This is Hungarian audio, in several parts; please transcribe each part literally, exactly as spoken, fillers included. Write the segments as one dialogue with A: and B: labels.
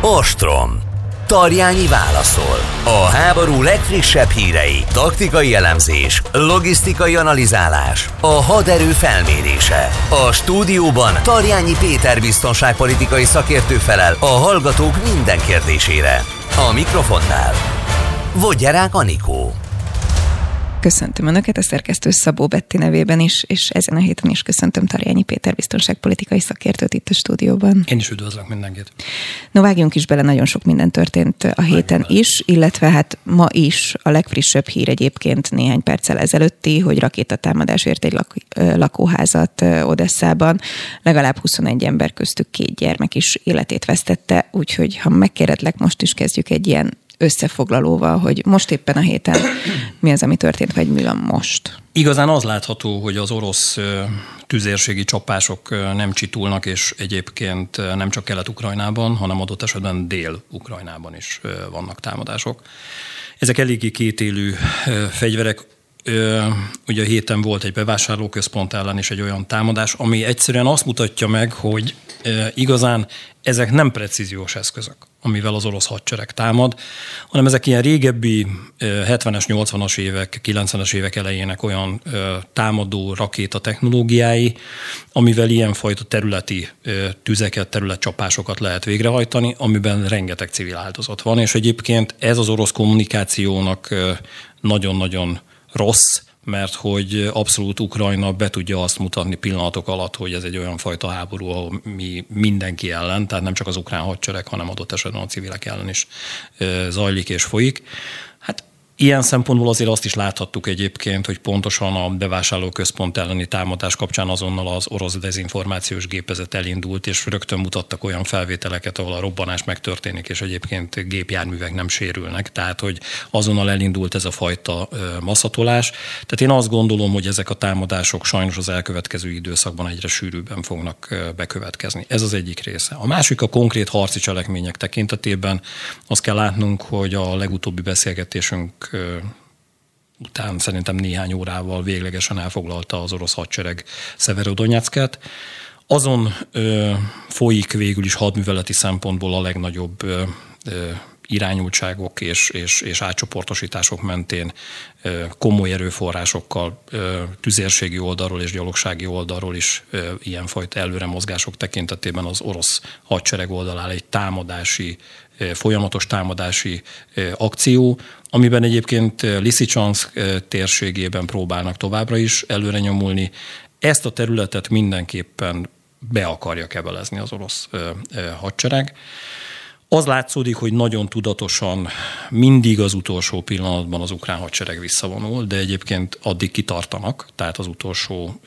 A: Ostrom. Tarjányi válaszol. A háború legfrissebb hírei, taktikai elemzés, logisztikai analizálás, a haderő felmérése. A stúdióban Tarjányi Péter biztonságpolitikai szakértő felel a hallgatók minden kérdésére. A mikrofonnál Vodgyerák Anikó.
B: Köszöntöm Önöket a szerkesztő Szabó Betti nevében is, és ezen a héten is köszöntöm Tarjányi Péter biztonságpolitikai szakértőt itt a stúdióban.
C: Én is üdvözlök mindenkit.
B: No, vágjunk is bele, nagyon sok minden történt a héten is, illetve hát ma is a legfrissebb hír egyébként néhány perccel ezelőtti, hogy rakétatámadás ért egy lak- lakóházat Odesszában. Legalább huszonegy ember, köztük két gyermek is életét vesztette, úgyhogy ha megkérdezlek, most is kezdjük egy ilyen összefoglalóval, hogy most éppen a héten mi az, ami történt, vagy mi van most?
C: Igazán az látható, hogy az orosz tüzérségi csapások nem csitulnak, és egyébként nem csak Kelet-Ukrajnában, hanem adott esetben Dél-Ukrajnában is vannak támadások. Ezek eléggé kétélű fegyverek. Ugye a héten volt egy bevásárlóközpont ellen is egy olyan támadás, ami egyszerűen azt mutatja meg, hogy igazán ezek nem precíziós eszközök, amivel az orosz hadsereg támad, hanem ezek ilyen régebbi hetvenes, nyolcvanas évek, kilencvenes évek elejének olyan támadó rakéta technológiái, amivel ilyenfajta területi tüzeket, területcsapásokat lehet végrehajtani, amiben rengeteg civil áldozat van, és egyébként ez az orosz kommunikációnak nagyon-nagyon rossz, mert hogy abszolút Ukrajna be tudja azt mutatni pillanatok alatt, hogy ez egy olyan fajta háború, ahol mi mindenki ellen, tehát nem csak az ukrán hadsereg, hanem adott esetben a civilek ellen is zajlik és folyik. Hát ilyen szempontból azért azt is láthattuk egyébként, hogy pontosan a bevásárlóközpont elleni támadás kapcsán azonnal az orosz dezinformációs gépezet elindult, és rögtön mutattak olyan felvételeket, ahol a robbanás megtörténik, és egyébként gépjárművek nem sérülnek. Tehát, hogy azonnal elindult ez a fajta maszatolás. Tehát én azt gondolom, hogy ezek a támadások sajnos az elkövetkező időszakban egyre sűrűbben fognak bekövetkezni. Ez az egyik része. A másik a konkrét harci cselekmények tekintetében azt kell látnunk, hogy a legutóbbi beszélgetésünk után szerintem néhány órával véglegesen elfoglalta az orosz hadsereg Szeverodonyecket. Azon ö, folyik végül is hadműveleti szempontból a legnagyobb ö, ö, irányultságok és, és, és átcsoportosítások mentén ö, komoly erőforrásokkal, ö, tüzérségi oldalról és gyalogsági oldalról is ö, ilyenfajta előremozgások tekintetében az orosz hadsereg oldalán egy támadási folyamatos támadási akció, amiben egyébként Liszicsanszk térségében próbálnak továbbra is előre nyomulni. Ezt a területet mindenképpen be akarja kebelezni az orosz hadsereg. Az látszódik, hogy nagyon tudatosan mindig az utolsó pillanatban az ukrán hadsereg visszavonul, de egyébként addig kitartanak, tehát az utolsó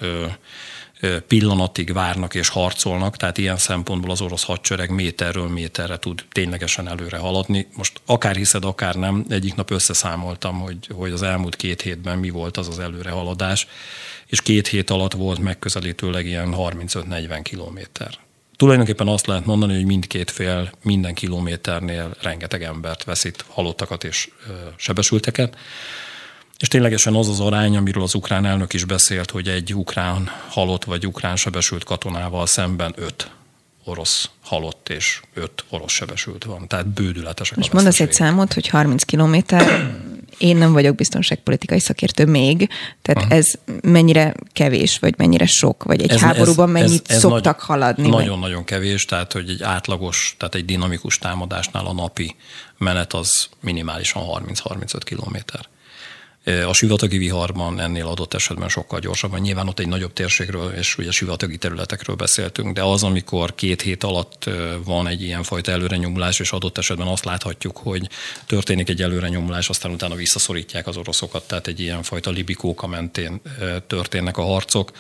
C: pillanatig várnak és harcolnak, tehát ilyen szempontból az orosz hadsereg méterről méterre tud ténylegesen előre haladni. Most akár hiszed, akár nem, egyik nap összeszámoltam, hogy, hogy az elmúlt két hétben mi volt az az előrehaladás, és két hét alatt volt megközelítőleg ilyen harmincöt-negyven kilométer. Tulajdonképpen azt lehet mondani, hogy mindkét fél minden kilométernél rengeteg embert veszít, halottakat és ö, sebesülteket. És ténylegesen az az arány, amiről az ukrán elnök is beszélt, hogy egy ukrán halott vagy ukrán sebesült katonával szemben öt orosz halott és öt orosz sebesült van. Tehát bődületesek
B: most
C: a veszteségek.
B: Mondasz egy számot, hogy harminc kilométer, én nem vagyok biztonságpolitikai szakértő még, tehát Aha. ez mennyire kevés, vagy mennyire sok, vagy egy ez, háborúban ez, mennyit ez, ez szoktak nagy, haladni?
C: Nagyon-nagyon kevés, tehát hogy egy átlagos, tehát egy dinamikus támadásnál a napi menet az minimálisan harminc-harmincöt kilométer. A sivatagi viharban ennél adott esetben sokkal gyorsabban. Nyilván ott egy nagyobb térségről és ugye sivatagi területekről beszéltünk, de az, amikor két hét alatt van egy ilyenfajta előrenyomulás, és adott esetben azt láthatjuk, hogy történik egy előrenyomulás, aztán utána visszaszorítják az oroszokat, tehát egy ilyenfajta libikóka mentén történnek a harcok.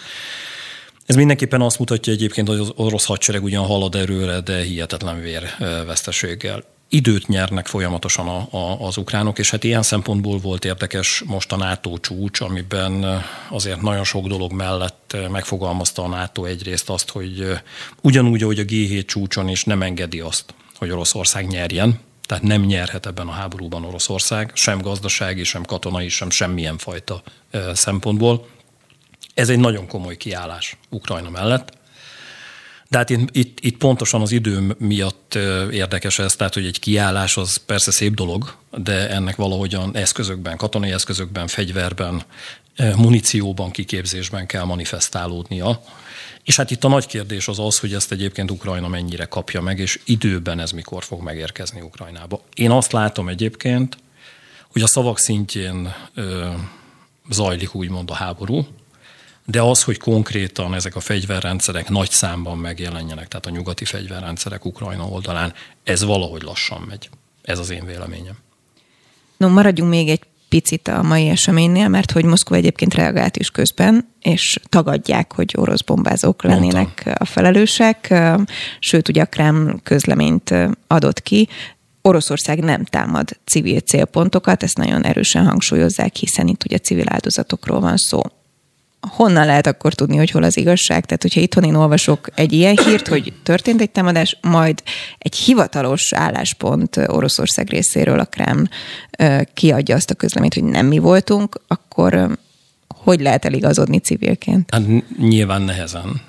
C: Ez mindenképpen azt mutatja egyébként, hogy az orosz hadsereg ugyan halad erőre, de hihetetlen vérveszteséggel. Időt nyernek folyamatosan a, a, az ukránok, és hát ilyen szempontból volt érdekes most a NATO csúcs, amiben azért nagyon sok dolog mellett megfogalmazta a NATO egyrészt azt, hogy ugyanúgy, ahogy a gé hét csúcson is nem engedi azt, hogy Oroszország nyerjen, tehát nem nyerhet ebben a háborúban Oroszország, sem gazdasági, sem katonai, sem semmilyen fajta szempontból. Ez egy nagyon komoly kiállás Ukrajna mellett. De hát itt, itt, itt pontosan az idő miatt érdekes ez, tehát hogy egy kiállás az persze szép dolog, de ennek valahogyan eszközökben, katonai eszközökben, fegyverben, munícióban, kiképzésben kell manifestálódnia. És hát itt a nagy kérdés az az, hogy ezt egyébként Ukrajna mennyire kapja meg, és időben ez mikor fog megérkezni Ukrajnába. Én azt látom egyébként, hogy a szavak szintjén ö, zajlik úgymond a háború, de az, hogy konkrétan ezek a fegyverrendszerek nagy számban megjelenjenek, tehát a nyugati fegyverrendszerek Ukrajna oldalán, ez valahogy lassan megy. Ez az én véleményem.
B: No, maradjunk még egy picit a mai eseménynél, mert hogy Moszkva egyébként reagált is közben, és tagadják, hogy orosz bombázók lennének Mondtam. a felelősek. Sőt, ugye a Kreml közleményt adott ki. Oroszország nem támad civil célpontokat, ezt nagyon erősen hangsúlyozzák, hiszen itt ugye civil áldozatokról van szó. Honnan lehet akkor tudni, hogy hol az igazság? Tehát, hogyha itthon én olvasok egy ilyen hírt, hogy történt egy támadás, majd egy hivatalos álláspont Oroszország részéről a Kreml kiadja azt a közleményt, hogy nem mi voltunk, akkor hogy lehet eligazodni civilként?
C: Hát nyilván nehezen.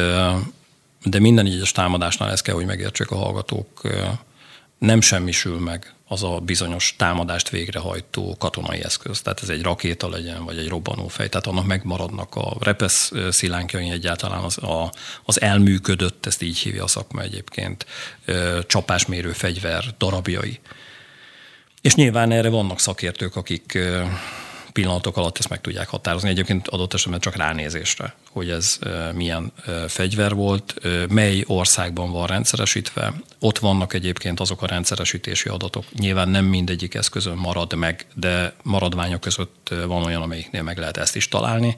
C: De minden egyes támadásnál ezt kell, hogy megértsék a hallgatók. Nem semmisül meg az a bizonyos támadást végrehajtó katonai eszköz. Tehát ez egy rakéta legyen, vagy egy robbanófej. Tehát annak megmaradnak a repesz szilánkjai, egyáltalán az, a, az elműködött, ezt így hívja a szakma egyébként, csapásmérő fegyver darabjai. És nyilván erre vannak szakértők, akik pillanatok alatt ezt meg tudják határozni. Egyébként adott esetben csak ránézésre, hogy ez milyen fegyver volt, mely országban van rendszeresítve. Ott vannak egyébként azok a rendszeresítési adatok. Nyilván nem mindegyik eszközön marad meg, de maradványok között van olyan, amelyiknél meg lehet ezt is találni.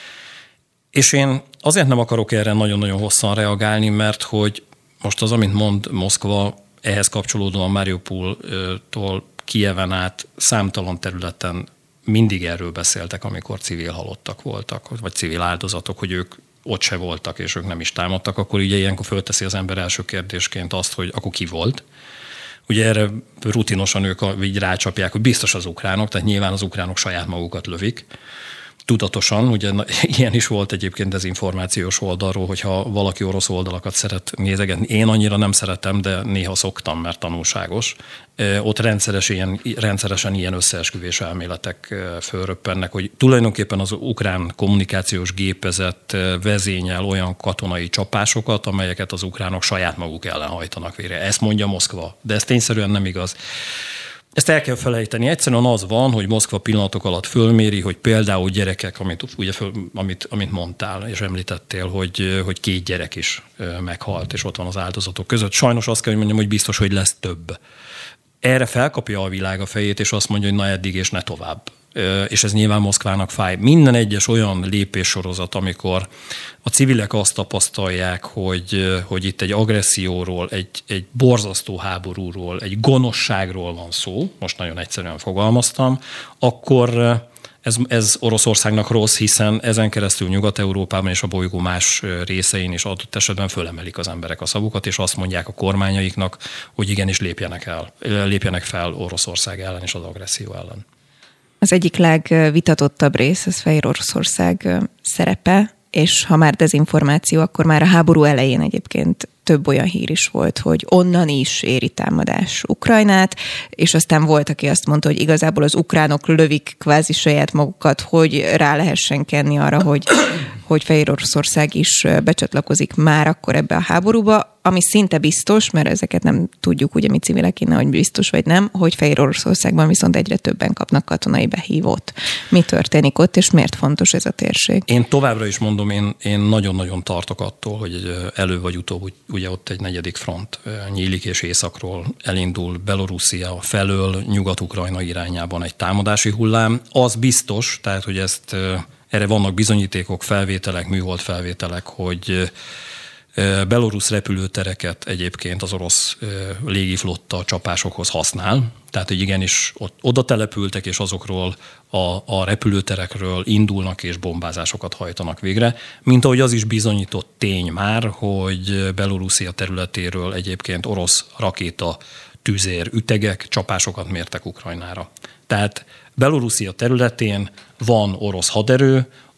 C: És én azért nem akarok erre nagyon-nagyon hosszan reagálni, mert hogy most az, amit mond Moszkva, ehhez kapcsolódóan Mariupoltól Kijeven át számtalan területen mindig erről beszéltek, amikor civil halottak voltak, vagy civil áldozatok, hogy ők ott se voltak, és ők nem is támadtak, akkor ugye ilyenkor fölteszi az ember első kérdésként azt, hogy akkor ki volt. Ugye erre rutinosan ők így rácsapják, hogy biztos az ukránok, tehát nyilván az ukránok saját magukat lövik. Tudatosan, ugye ilyen is volt egyébként dezinformációs oldalról, hogyha valaki orosz oldalakat szeret nézegetni. Én annyira nem szeretem, de néha szoktam, mert tanulságos. Ott rendszeres ilyen, rendszeresen ilyen összeesküvés elméletek fölröppennek, hogy tulajdonképpen az ukrán kommunikációs gépezet vezényel olyan katonai csapásokat, amelyeket az ukránok saját maguk ellen hajtanak végre. Ezt mondja Moszkva, de ez tényszerűen nem igaz. Ezt el kell felejteni. Egyszerűen az van, hogy Moszkva pillanatok alatt fölméri, hogy például gyerekek, amit, ugye föl, amit, amit mondtál és említettél, hogy, hogy két gyerek is meghalt, és ott van az áldozatok között. Sajnos azt kell, hogy mondjam, hogy biztos, hogy lesz több. Erre felkapja a világ a fejét, és azt mondja, hogy na eddig és ne tovább. És ez nyilván Moszkvának fáj. Minden egyes olyan lépéssorozat, amikor a civilek azt tapasztalják, hogy, hogy itt egy agresszióról, egy, egy borzasztó háborúról, egy gonoszságról van szó, most nagyon egyszerűen fogalmaztam, akkor ez, ez Oroszországnak rossz, hiszen ezen keresztül Nyugat-Európában és a bolygó más részein is adott esetben fölemelik az emberek a szavukat, és azt mondják a kormányaiknak, hogy igenis lépjenek el, lépjenek fel Oroszország ellen és az agresszió ellen.
B: Az egyik legvitatottabb rész, ez Fehér Oroszország szerepe, és ha már dezinformáció, akkor már a háború elején egyébként több olyan hír is volt, hogy onnan is éri támadás Ukrajnát, és aztán volt, aki azt mondta, hogy igazából az ukránok lövik kvázi saját magukat, hogy rá lehessen kenni arra, hogy, hogy Fehér Oroszország is becsatlakozik már akkor ebbe a háborúba, ami szinte biztos, mert ezeket nem tudjuk, ugye mi civilek innen, hogy biztos vagy nem, hogy Fehér Oroszországban viszont egyre többen kapnak katonai behívót. Mi történik ott, és miért fontos ez a térség?
C: Én továbbra is mondom, én, én nagyon-nagyon tartok attól, hogy elő vagy utóbb ugye ott egy negyedik front nyílik, és északról elindul Belorusszia felől Nyugat-Ukrajna irányában egy támadási hullám. Az biztos, tehát hogy ezt erre vannak bizonyítékok, felvételek, műhold felvételek, hogy belorusz repülőtereket egyébként az orosz légiflotta csapásokhoz használ, tehát hogy igenis ott, oda települtek, és azokról a, a repülőterekről indulnak és bombázásokat hajtanak végre, mint ahogy az is bizonyított tény már, hogy Belorusszia területéről egyébként orosz rakéta tüzér ütegek csapásokat mértek Ukrajnára. Tehát Belorusszia területén van orosz haderő,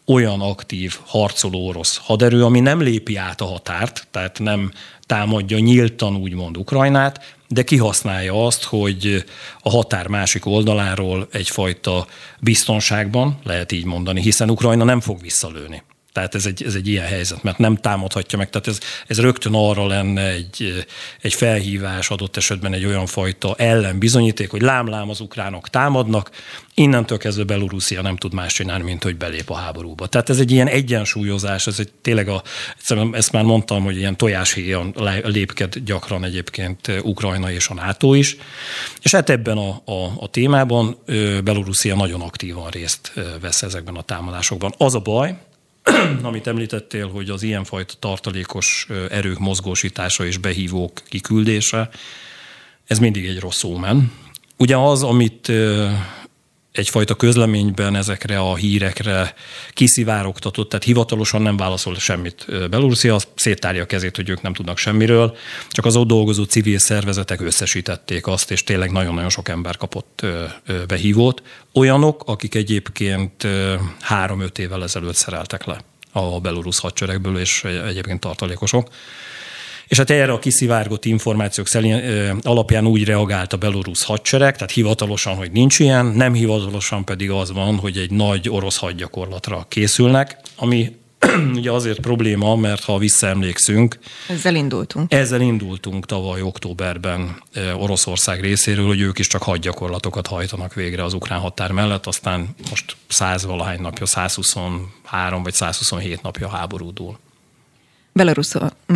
C: olyan aktív, harcoló orosz haderő, ami nem lépi át a határt, tehát nem támadja nyíltan úgymond Ukrajnát, de kihasználja azt, hogy a határ másik oldaláról egyfajta biztonságban, lehet így mondani, hiszen Ukrajna nem fog visszalőni. Tehát ez egy, ez egy ilyen helyzet, mert nem támadhatja meg. Tehát ez, ez rögtön arra lenne egy, egy felhívás, adott esetben egy olyan fajta ellenbizonyíték, hogy lám-lám az ukránok támadnak, innentől kezdve Belorusszia nem tud más csinálni, mint hogy belép a háborúba. Tehát ez egy ilyen egyensúlyozás, ez egy tényleg, a, ezt már mondtam, hogy ilyen tojáshéjan lépked gyakran egyébként Ukrajna és a NATO is. És hát ebben a, a, a témában Belorusszia nagyon aktívan részt vesz ezekben a támadásokban. Az a baj, amit említettél, hogy az ilyenfajta tartalékos erők mozgósítása és behívók kiküldése, ez mindig egy rossz ómen. Ugye az, amit egyfajta közleményben ezekre a hírekre kiszivárogtatott, tehát hivatalosan nem válaszol semmit Belorusszia, széttárja a kezét, hogy ők nem tudnak semmiről, csak az ott dolgozó civil szervezetek összesítették azt, és tényleg nagyon-nagyon sok ember kapott behívót. Olyanok, akik egyébként három-öt évvel ezelőtt szereltek le a belorusz hadseregből, és egyébként tartalékosok. És hát erre a kiszivárgott információk alapján úgy reagált a belorusz hadsereg, tehát hivatalosan, hogy nincs ilyen, nem hivatalosan pedig az van, hogy egy nagy orosz hadgyakorlatra készülnek, ami ugye azért probléma, mert ha visszaemlékszünk.
B: Ezzel indultunk.
C: Ezzel indultunk tavaly októberben Oroszország részéről, hogy ők is csak hadgyakorlatokat hajtanak végre az ukrán határ mellett, aztán most százvalahány napja, százhuszonhárom vagy százhuszonhét napja háborúdul.
B: Belarus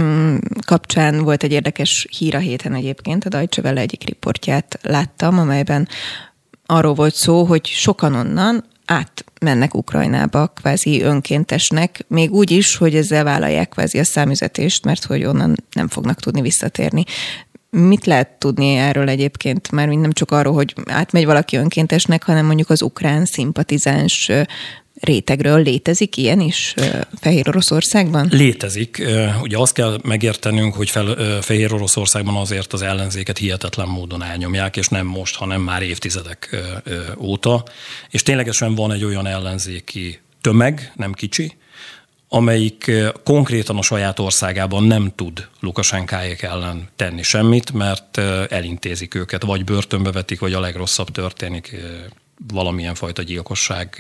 B: kapcsán volt egy érdekes hír a héten egyébként, a Deutsche Welle egyik riportját láttam, amelyben arról volt szó, hogy sokan onnan átmennek Ukrajnába kvázi önkéntesnek, még úgy is, hogy ezzel vállalják kvázi a számüzetést, mert hogy onnan nem fognak tudni visszatérni. Mit lehet tudni erről egyébként? Már nem csak arról, hogy átmegy valaki önkéntesnek, hanem mondjuk az ukrán szimpatizáns rétegről. Létezik ilyen is Fehér Oroszországban?
C: Létezik. Ugye azt kell megértenünk, hogy fel, Fehér Oroszországban azért az ellenzéket hihetetlen módon elnyomják, és nem most, hanem már évtizedek óta. És ténylegesen van egy olyan ellenzéki tömeg, nem kicsi, amelyik konkrétan a saját országában nem tud Lukasenkáék ellen tenni semmit, mert elintézik őket, vagy börtönbe vetik, vagy a legrosszabb történik, valamilyen fajta gyilkosság,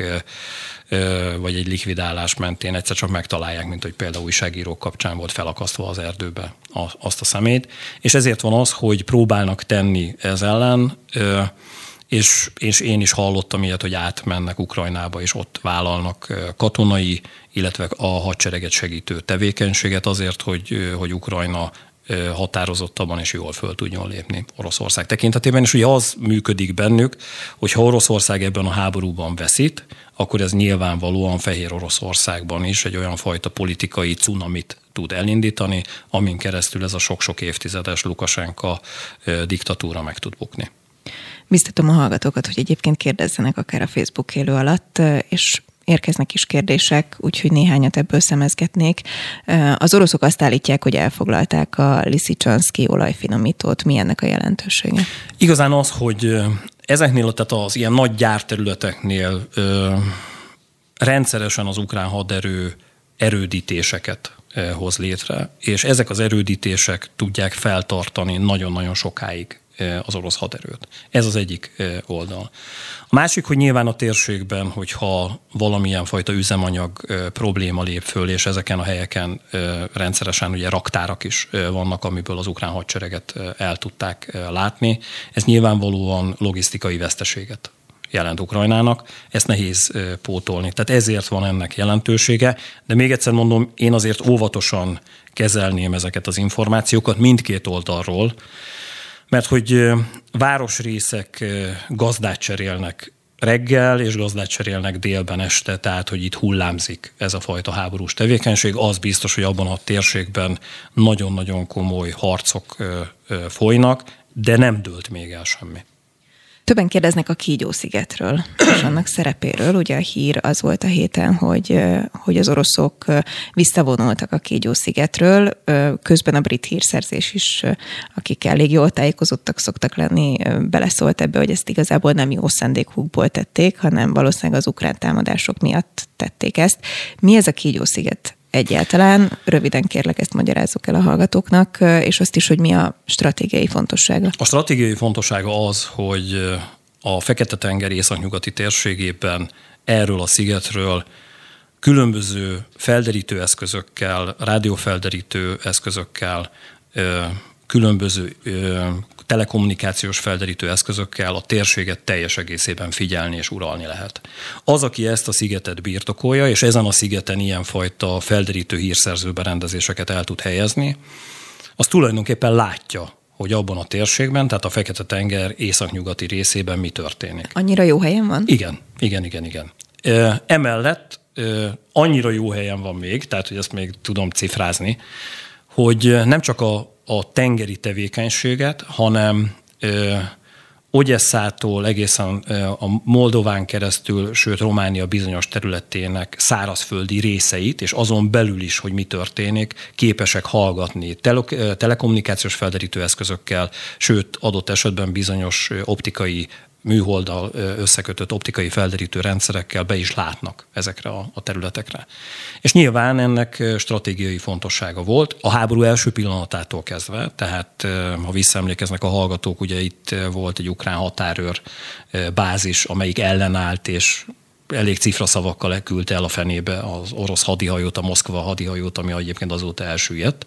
C: vagy egy likvidálás mentén egyszer csak megtalálják, mint hogy például újságírók kapcsán volt felakasztva az erdőbe azt a szemét. És ezért van az, hogy próbálnak tenni ez ellen, és, és én is hallottam ilyet, hogy átmennek Ukrajnába, és ott vállalnak katonai, illetve a hadsereget segítő tevékenységet azért, hogy, hogy Ukrajna határozottabban és jól föl tudjon lépni Oroszország tekintetében, és ugye az működik bennük, hogy ha Oroszország ebben a háborúban veszít, akkor ez nyilvánvalóan Fehér Oroszországban is egy olyan fajta politikai cunamit tud elindítani, amin keresztül ez a sok-sok évtizedes Lukasenka diktatúra meg tud bukni.
B: Biztatom a hallgatókat, hogy egyébként kérdezzenek akár a Facebook élő alatt, és érkeznek is kérdések, úgyhogy néhányat ebből szemezgetnék. Az oroszok azt állítják, hogy elfoglalták a Liszicsanszki olajfinomítót. Mi ennek a jelentősége? Igazán
C: az, hogy ezeknél, tehát az ilyen nagy gyárterületeknél ö, rendszeresen az ukrán haderő erődítéseket hoz létre, és ezek az erődítések tudják feltartani nagyon-nagyon sokáig az orosz haderőt. Ez az egyik oldal. A másik, hogy nyilván a térségben, hogyha valamilyen fajta üzemanyag probléma lép föl, és ezeken a helyeken rendszeresen ugye raktárak is vannak, amiből az ukrán hadsereget el tudták látni, ez nyilvánvalóan logisztikai veszteséget jelent Ukrajnának, ezt nehéz pótolni. Tehát ezért van ennek jelentősége, de még egyszer mondom, én azért óvatosan kezelném ezeket az információkat mindkét oldalról, mert hogy városrészek gazdát cserélnek reggel, és gazdát cserélnek délben este, tehát hogy itt hullámzik ez a fajta háborús tevékenység, az biztos, hogy abban a térségben nagyon-nagyon komoly harcok folynak, de nem dőlt még el semmi.
B: Többen kérdeznek a Kígyó-szigetről és annak szerepéről. Ugye a hír az volt a héten, hogy, hogy az oroszok visszavonultak a Kígyó-szigetről. Közben a brit hírszerzés is, akik elég jól tájékozottak szoktak lenni, beleszólt ebbe, hogy ezt igazából nem jó szándékukból tették, hanem valószínűleg az ukrán támadások miatt tették ezt. Mi ez a Kígyó-sziget egyáltalán? Röviden kérlek, ezt magyarázzuk el a hallgatóknak, és azt is, hogy mi a stratégiai fontossága.
C: A stratégiai fontossága az, hogy a Fekete-tenger északnyugati térségében erről a szigetről különböző felderítő eszközökkel, rádiófelderítő eszközökkel, különböző telekommunikációs felderítő eszközökkel a térséget teljes egészében figyelni és uralni lehet. Az, aki ezt a szigetet birtokolja, és ezen a szigeten ilyenfajta felderítő hírszerző berendezéseket el tud helyezni, az tulajdonképpen látja, hogy abban a térségben, tehát a Fekete-tenger északnyugati részében mi történik.
B: Annyira jó helyen van?
C: Igen, igen, igen, igen. Emellett annyira jó helyen van még, tehát hogy ezt még tudom cifrázni, hogy nem csak a a tengeri tevékenységet, hanem ö, Ogyesszától egészen ö, a Moldován keresztül, sőt Románia bizonyos területének szárazföldi részeit, és azon belül is, hogy mi történik, képesek hallgatni tele- telekommunikációs felderítő eszközökkel, sőt adott esetben bizonyos optikai műholddal összekötött optikai felderítő rendszerekkel be is látnak ezekre a területekre. És nyilván ennek stratégiai fontossága volt a háború első pillanatától kezdve, tehát ha visszaemlékeznek a hallgatók, ugye itt volt egy ukrán határőr bázis, amelyik ellenállt, és elég cifraszavakkal leküldte el a fenébe az orosz hadihajót, a Moszkva hadihajót, ami egyébként azóta elsüllyedt.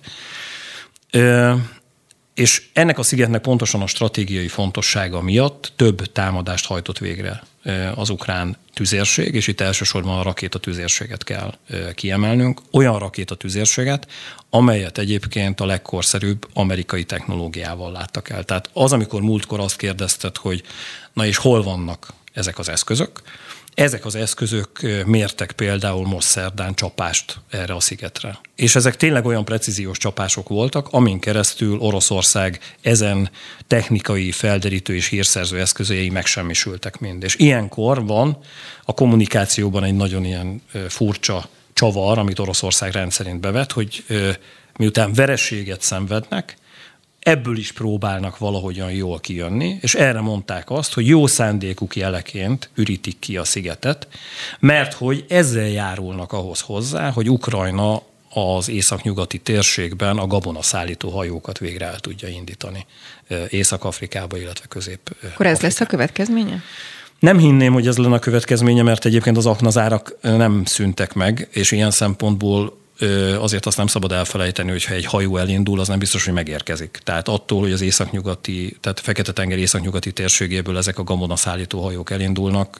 C: És ennek a szigetnek pontosan a stratégiai fontossága miatt több támadást hajtott végre az ukrán tüzérség, és itt elsősorban a rakétatüzérséget kell kiemelnünk, olyan rakétatüzérséget, amelyet egyébként a legkorszerűbb amerikai technológiával láttak el. Tehát az, amikor múltkor azt kérdezted, hogy na és hol vannak ezek az eszközök, ezek az eszközök mértek például most szerdán csapást erre a szigetre. És ezek tényleg olyan precíziós csapások voltak, amin keresztül Oroszország ezen technikai felderítő és hírszerző eszközei megsemmisültek mind. És ilyenkor van a kommunikációban egy nagyon ilyen furcsa csavar, amit Oroszország rendszerint bevet, hogy miután vereséget szenvednek, ebből is próbálnak valahogyan jól kijönni, és erre mondták azt, hogy jó szándékuk jeleként ürítik ki a szigetet, mert hogy ezzel járulnak ahhoz hozzá, hogy Ukrajna az északnyugati térségben a gabonaszállító hajókat végre el tudja indítani Észak-Afrikába, illetve Közép-Afrikába.
B: Akkor ez lesz a következménye?
C: Nem hinném, hogy ez lenne a következménye, mert egyébként az aknazárak nem szűntek meg, és ilyen szempontból azért azt nem szabad elfelejteni, hogyha egy hajó elindul, az nem biztos, hogy megérkezik. Tehát attól, hogy az északnyugati, tehát Fekete-tenger északnyugati térségéből ezek a gabonaszállító hajók elindulnak,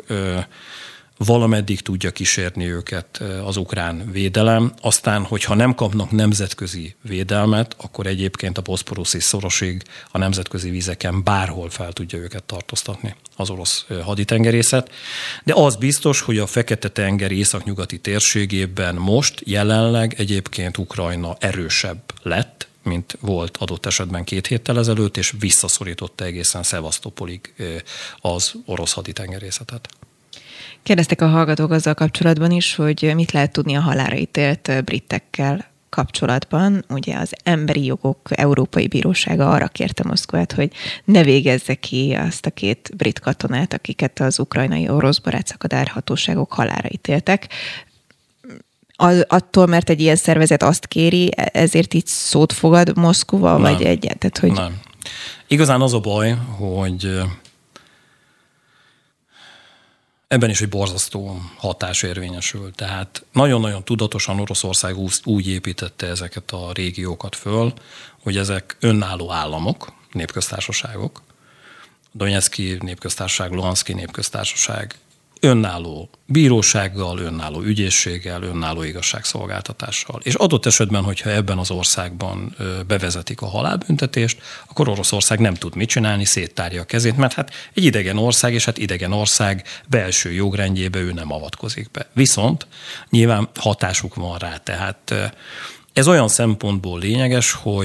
C: valameddig tudja kísérni őket az ukrán védelem. Aztán, hogyha nem kapnak nemzetközi védelmet, akkor egyébként a boszporuszi szorosig a nemzetközi vizeken bárhol fel tudja őket tartóztatni az orosz haditengerészet. De az biztos, hogy a Fekete-tenger északnyugati térségében most jelenleg egyébként Ukrajna erősebb lett, mint volt adott esetben két héttel ezelőtt, és visszaszorította egészen Szevasztopolig az orosz haditengerészetet.
B: Kérdeztek a hallgatók azzal kapcsolatban is, hogy mit lehet tudni a halálra ítélt britekkel kapcsolatban. Ugye az Emberi Jogok Európai Bírósága arra kérte Moszkvát, hogy ne végezze ki azt a két brit katonát, akiket az ukrajnai orosz barátszakadár hatóságok halálra ítéltek. Attól, mert egy ilyen szervezet azt kéri, ezért így szót fogad Moszkva, nem, vagy egyáltalán? Hogy...
C: Nem. Igazán az a baj, hogy ebben is egy borzasztó hatás érvényesül. Tehát nagyon-nagyon tudatosan Oroszország úgy építette ezeket a régiókat föl, hogy ezek önálló államok, népköztársaságok, Donetszki népköztársaság, Luhanszki népköztársaság, önálló bírósággal, önálló ügyészséggel, önálló igazságszolgáltatással. És adott esetben, hogyha ebben az országban bevezetik a halálbüntetést, akkor Oroszország nem tud mit csinálni, széttárja a kezét, mert hát egy idegen ország, és hát idegen ország belső jogrendjébe ő nem avatkozik be. Viszont nyilván hatásuk van rá, tehát ez olyan szempontból lényeges, hogy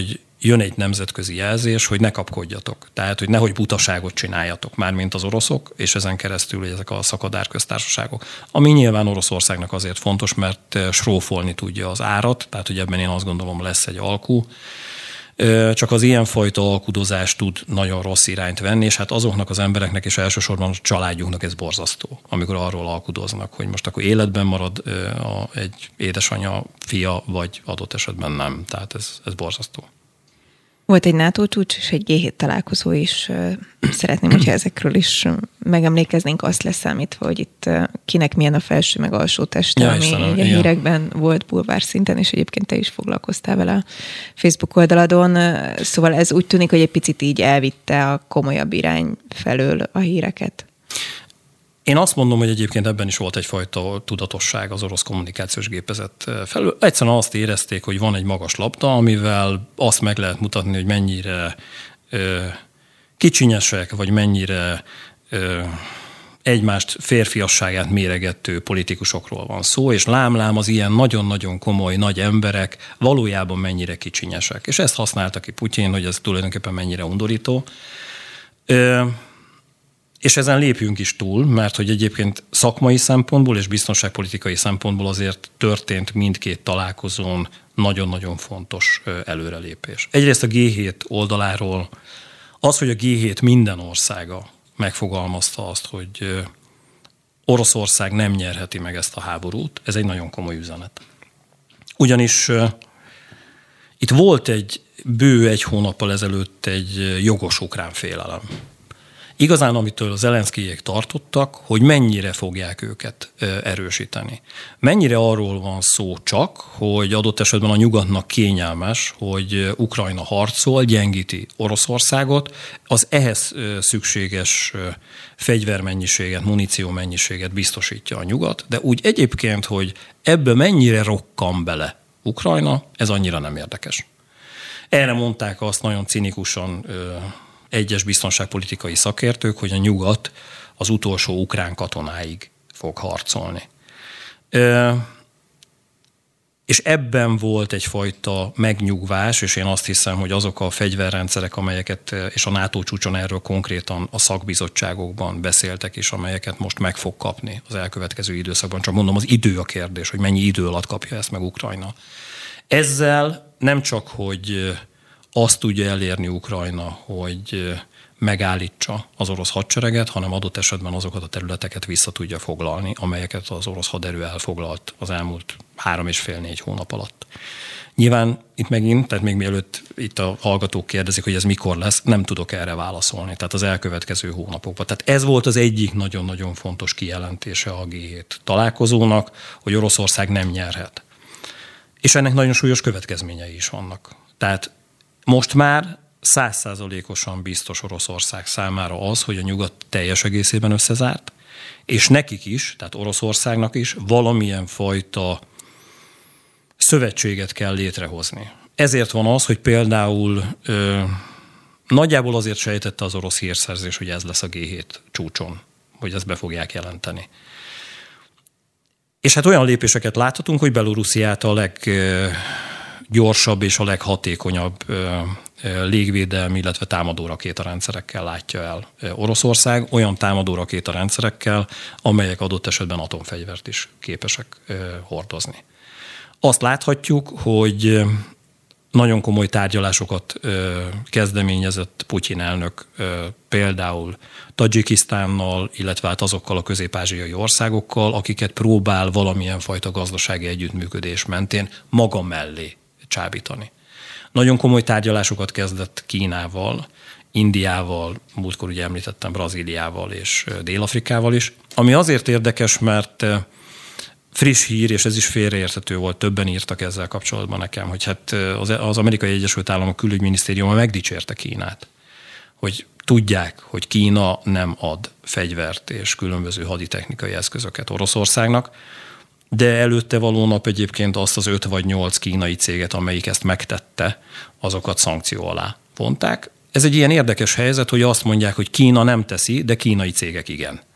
C: jön egy nemzetközi jelzés, hogy ne kapkodjatok. Tehát, hogy nehogy butaságot csináljatok, mármint az oroszok, és ezen keresztül hogy ezek a szakadárköztársaságok. Ami nyilván Oroszországnak azért fontos, mert srófolni tudja az árat, tehát, hogy ebben én azt gondolom lesz egy alkú. Csak az ilyenfajta alkudozás tud nagyon rossz irányt venni, és hát azoknak az embereknek és elsősorban a családjuknak ez borzasztó, amikor arról alkudoznak, hogy most akkor életben marad egy édesanyja, fia, vagy adott esetben nem. Tehát ez, ez borzasztó.
B: Volt egy NATO csúcs és egy gé hét találkozó is. Szeretném, hogyha ezekről is megemlékeznénk, azt leszámítva, hogy itt kinek milyen a felső meg alsó teste, ja, ami Istenem, ugye hírekben volt bulvár szinten, és egyébként te is foglalkoztál vele a Facebook oldaladon. Szóval ez úgy tűnik, hogy egy picit így elvitte a komolyabb irány felől a híreket.
C: Én azt mondom, hogy egyébként ebben is volt egyfajta tudatosság az orosz kommunikációs gépezet felül. Egyszerűen azt érezték, hogy van egy magas labda, amivel azt meg lehet mutatni, hogy mennyire ö, kicsinyesek, vagy mennyire ö, egymást férfiasságát méregető politikusokról van szó, és lám-lám az ilyen nagyon-nagyon komoly nagy emberek valójában mennyire kicsinyesek. És ezt használta ki Putyin, hogy ez tulajdonképpen mennyire undorító. Ö, És ezen lépjünk is túl, mert hogy egyébként szakmai szempontból és biztonságpolitikai szempontból azért történt mindkét találkozón nagyon-nagyon fontos előrelépés. Egyrészt a gé hét oldaláról az, hogy a gé hét minden országa megfogalmazta azt, hogy Oroszország nem nyerheti meg ezt a háborút, ez egy nagyon komoly üzenet. Ugyanis itt volt egy bő egy hónappal ezelőtt egy jogos ukrán félelem. Igazán, amitől az Zelenszkijék tartottak, hogy mennyire fogják őket erősíteni. Mennyire arról van szó csak, hogy adott esetben a nyugatnak kényelmes, hogy Ukrajna harcol, gyengíti Oroszországot, az ehhez szükséges fegyvermennyiséget, muníciómennyiséget biztosítja a nyugat, de úgy egyébként, hogy ebbe mennyire rokkan bele Ukrajna, ez annyira nem érdekes. Erre mondták azt nagyon cinikusan egyes biztonságpolitikai szakértők, hogy a nyugat az utolsó ukrán katonáig fog harcolni. És ebben volt egyfajta megnyugvás, és én azt hiszem, hogy azok a fegyverrendszerek, amelyeket, és a NATO csúcson erről konkrétan a szakbizottságokban beszéltek is, amelyeket most meg fog kapni az elkövetkező időszakban. Csak mondom, az idő a kérdés, hogy mennyi idő alatt kapja ezt meg Ukrajna. Ezzel nem csak, hogy azt tudja elérni Ukrajna, hogy megállítsa az orosz hadsereget, hanem adott esetben azokat a területeket vissza tudja foglalni, amelyeket az orosz haderő elfoglalt az elmúlt három és fél négy hónap alatt. Nyilván itt megint, tehát még mielőtt itt a hallgatók kérdezik, hogy ez mikor lesz, nem tudok erre válaszolni, tehát az elkövetkező hónapokban. Tehát ez volt az egyik nagyon-nagyon fontos kijelentése a gé hét találkozónak, hogy Oroszország nem nyerhet. És ennek nagyon súlyos következményei is vannak. Tehát most már száz százalékosan biztos Oroszország számára az, hogy a nyugat teljes egészében összezárt, és nekik is, tehát Oroszországnak is valamilyen fajta szövetséget kell létrehozni. Ezért van az, hogy például ö, nagyjából azért sejtette az orosz hírszerzés, hogy ez lesz a gé hét csúcson, hogy ezt be fogják jelenteni. És hát olyan lépéseket láthatunk, hogy Belorussziát a leggyorsabb és a leghatékonyabb légvédelmi, illetve támadó rakétarendszerekkel látja el Oroszország, olyan támadó rakétarendszerekkel, amelyek adott esetben atomfegyvert is képesek hordozni. Azt láthatjuk, hogy nagyon komoly tárgyalásokat kezdeményezett Putyin elnök például Tadzsikisztánnal, illetve hát azokkal a közép-ázsiai országokkal, akiket próbál valamilyen fajta gazdasági együttműködés mentén maga mellé csábítani. Nagyon komoly tárgyalásokat kezdett Kínával, Indiával, múltkor ugye említettem Brazíliával és Dél-Afrikával is, ami azért érdekes, mert friss hír, és ez is félreérthető volt, többen írtak ezzel kapcsolatban nekem, hogy hát az Amerikai Egyesült Államok külügyminisztériuma megdicsérte Kínát, hogy tudják, hogy Kína nem ad fegyvert és különböző haditechnikai eszközöket Oroszországnak, de előtte való nap egyébként azt az öt vagy nyolc kínai céget, amelyik ezt megtette, azokat szankció alá vonták. Ez egy ilyen érdekes helyzet, hogy azt mondják, hogy Kína nem teszi, de kínai cégek igen.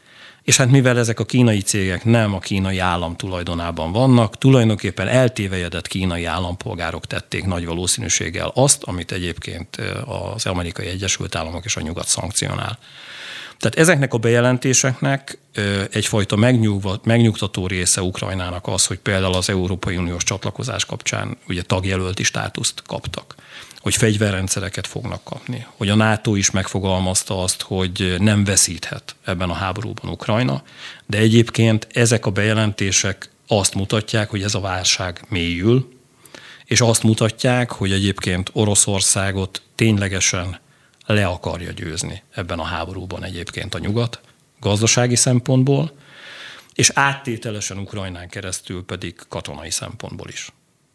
C: És hát mivel ezek a kínai cégek nem a kínai állam tulajdonában vannak, tulajdonképpen eltévejedett kínai állampolgárok tették nagy valószínűséggel azt, amit egyébként az Amerikai Egyesült Államok és a Nyugat szankcionál. Tehát ezeknek a bejelentéseknek egyfajta megnyugtató része Ukrajnának az, hogy például az Európai Uniós csatlakozás kapcsán ugye tagjelölti státuszt kaptak, hogy fegyverrendszereket fognak kapni, hogy a NATO is megfogalmazta azt, hogy nem veszíthet ebben a háborúban Ukrajna, de egyébként ezek a bejelentések azt mutatják, hogy ez a válság mélyül, és azt mutatják, hogy egyébként Oroszországot ténylegesen le akarja győzni ebben a háborúban egyébként a nyugat, gazdasági szempontból, és áttételesen Ukrajnán keresztül pedig katonai szempontból is.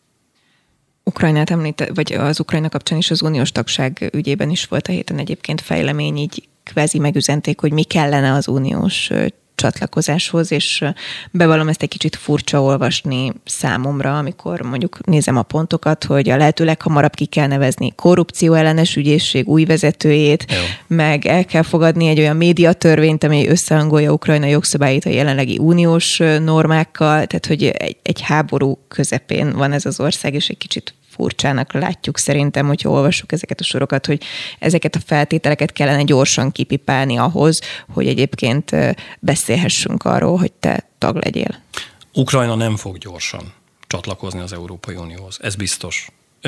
B: Ukrajnát említett, vagy az Ukrajna kapcsán is az uniós tagság ügyében is volt a héten egyébként fejlemény, így kvázi megüzenték, hogy mi kellene az uniós csatlakozáshoz, és bevallom, ezt egy kicsit furcsa olvasni számomra, amikor mondjuk nézem a pontokat, hogy a lehető leghamarabb ki kell nevezni korrupció ellenes ügyészség új vezetőjét, Jó. meg el kell fogadni egy olyan médiatörvényt, amely összehangolja Ukrajna jogszabályait a jelenlegi uniós normákkal, tehát hogy egy, egy háború közepén van ez az ország, és egy kicsit furcsának látjuk szerintem, hogyha olvassuk ezeket a sorokat, hogy ezeket a feltételeket kellene gyorsan kipipálni ahhoz, hogy egyébként beszélhessünk arról, hogy te tag legyél.
C: Ukrajna nem fog gyorsan csatlakozni az Európai Unióhoz, ez biztos.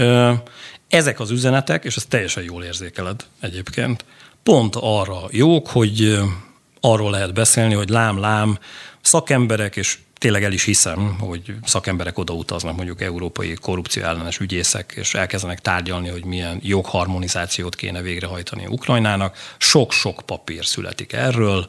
C: Ezek az üzenetek, és ezt teljesen jól érzékeled egyébként, pont arra jók, hogy arról lehet beszélni, hogy lám-lám, szakemberek, és tényleg el is hiszem, hogy szakemberek odautaznak, mondjuk európai korrupció ellenes ügyészek, és elkezdenek tárgyalni, hogy milyen jogharmonizációt kéne végrehajtani Ukrajnának. Sok-sok papír születik erről,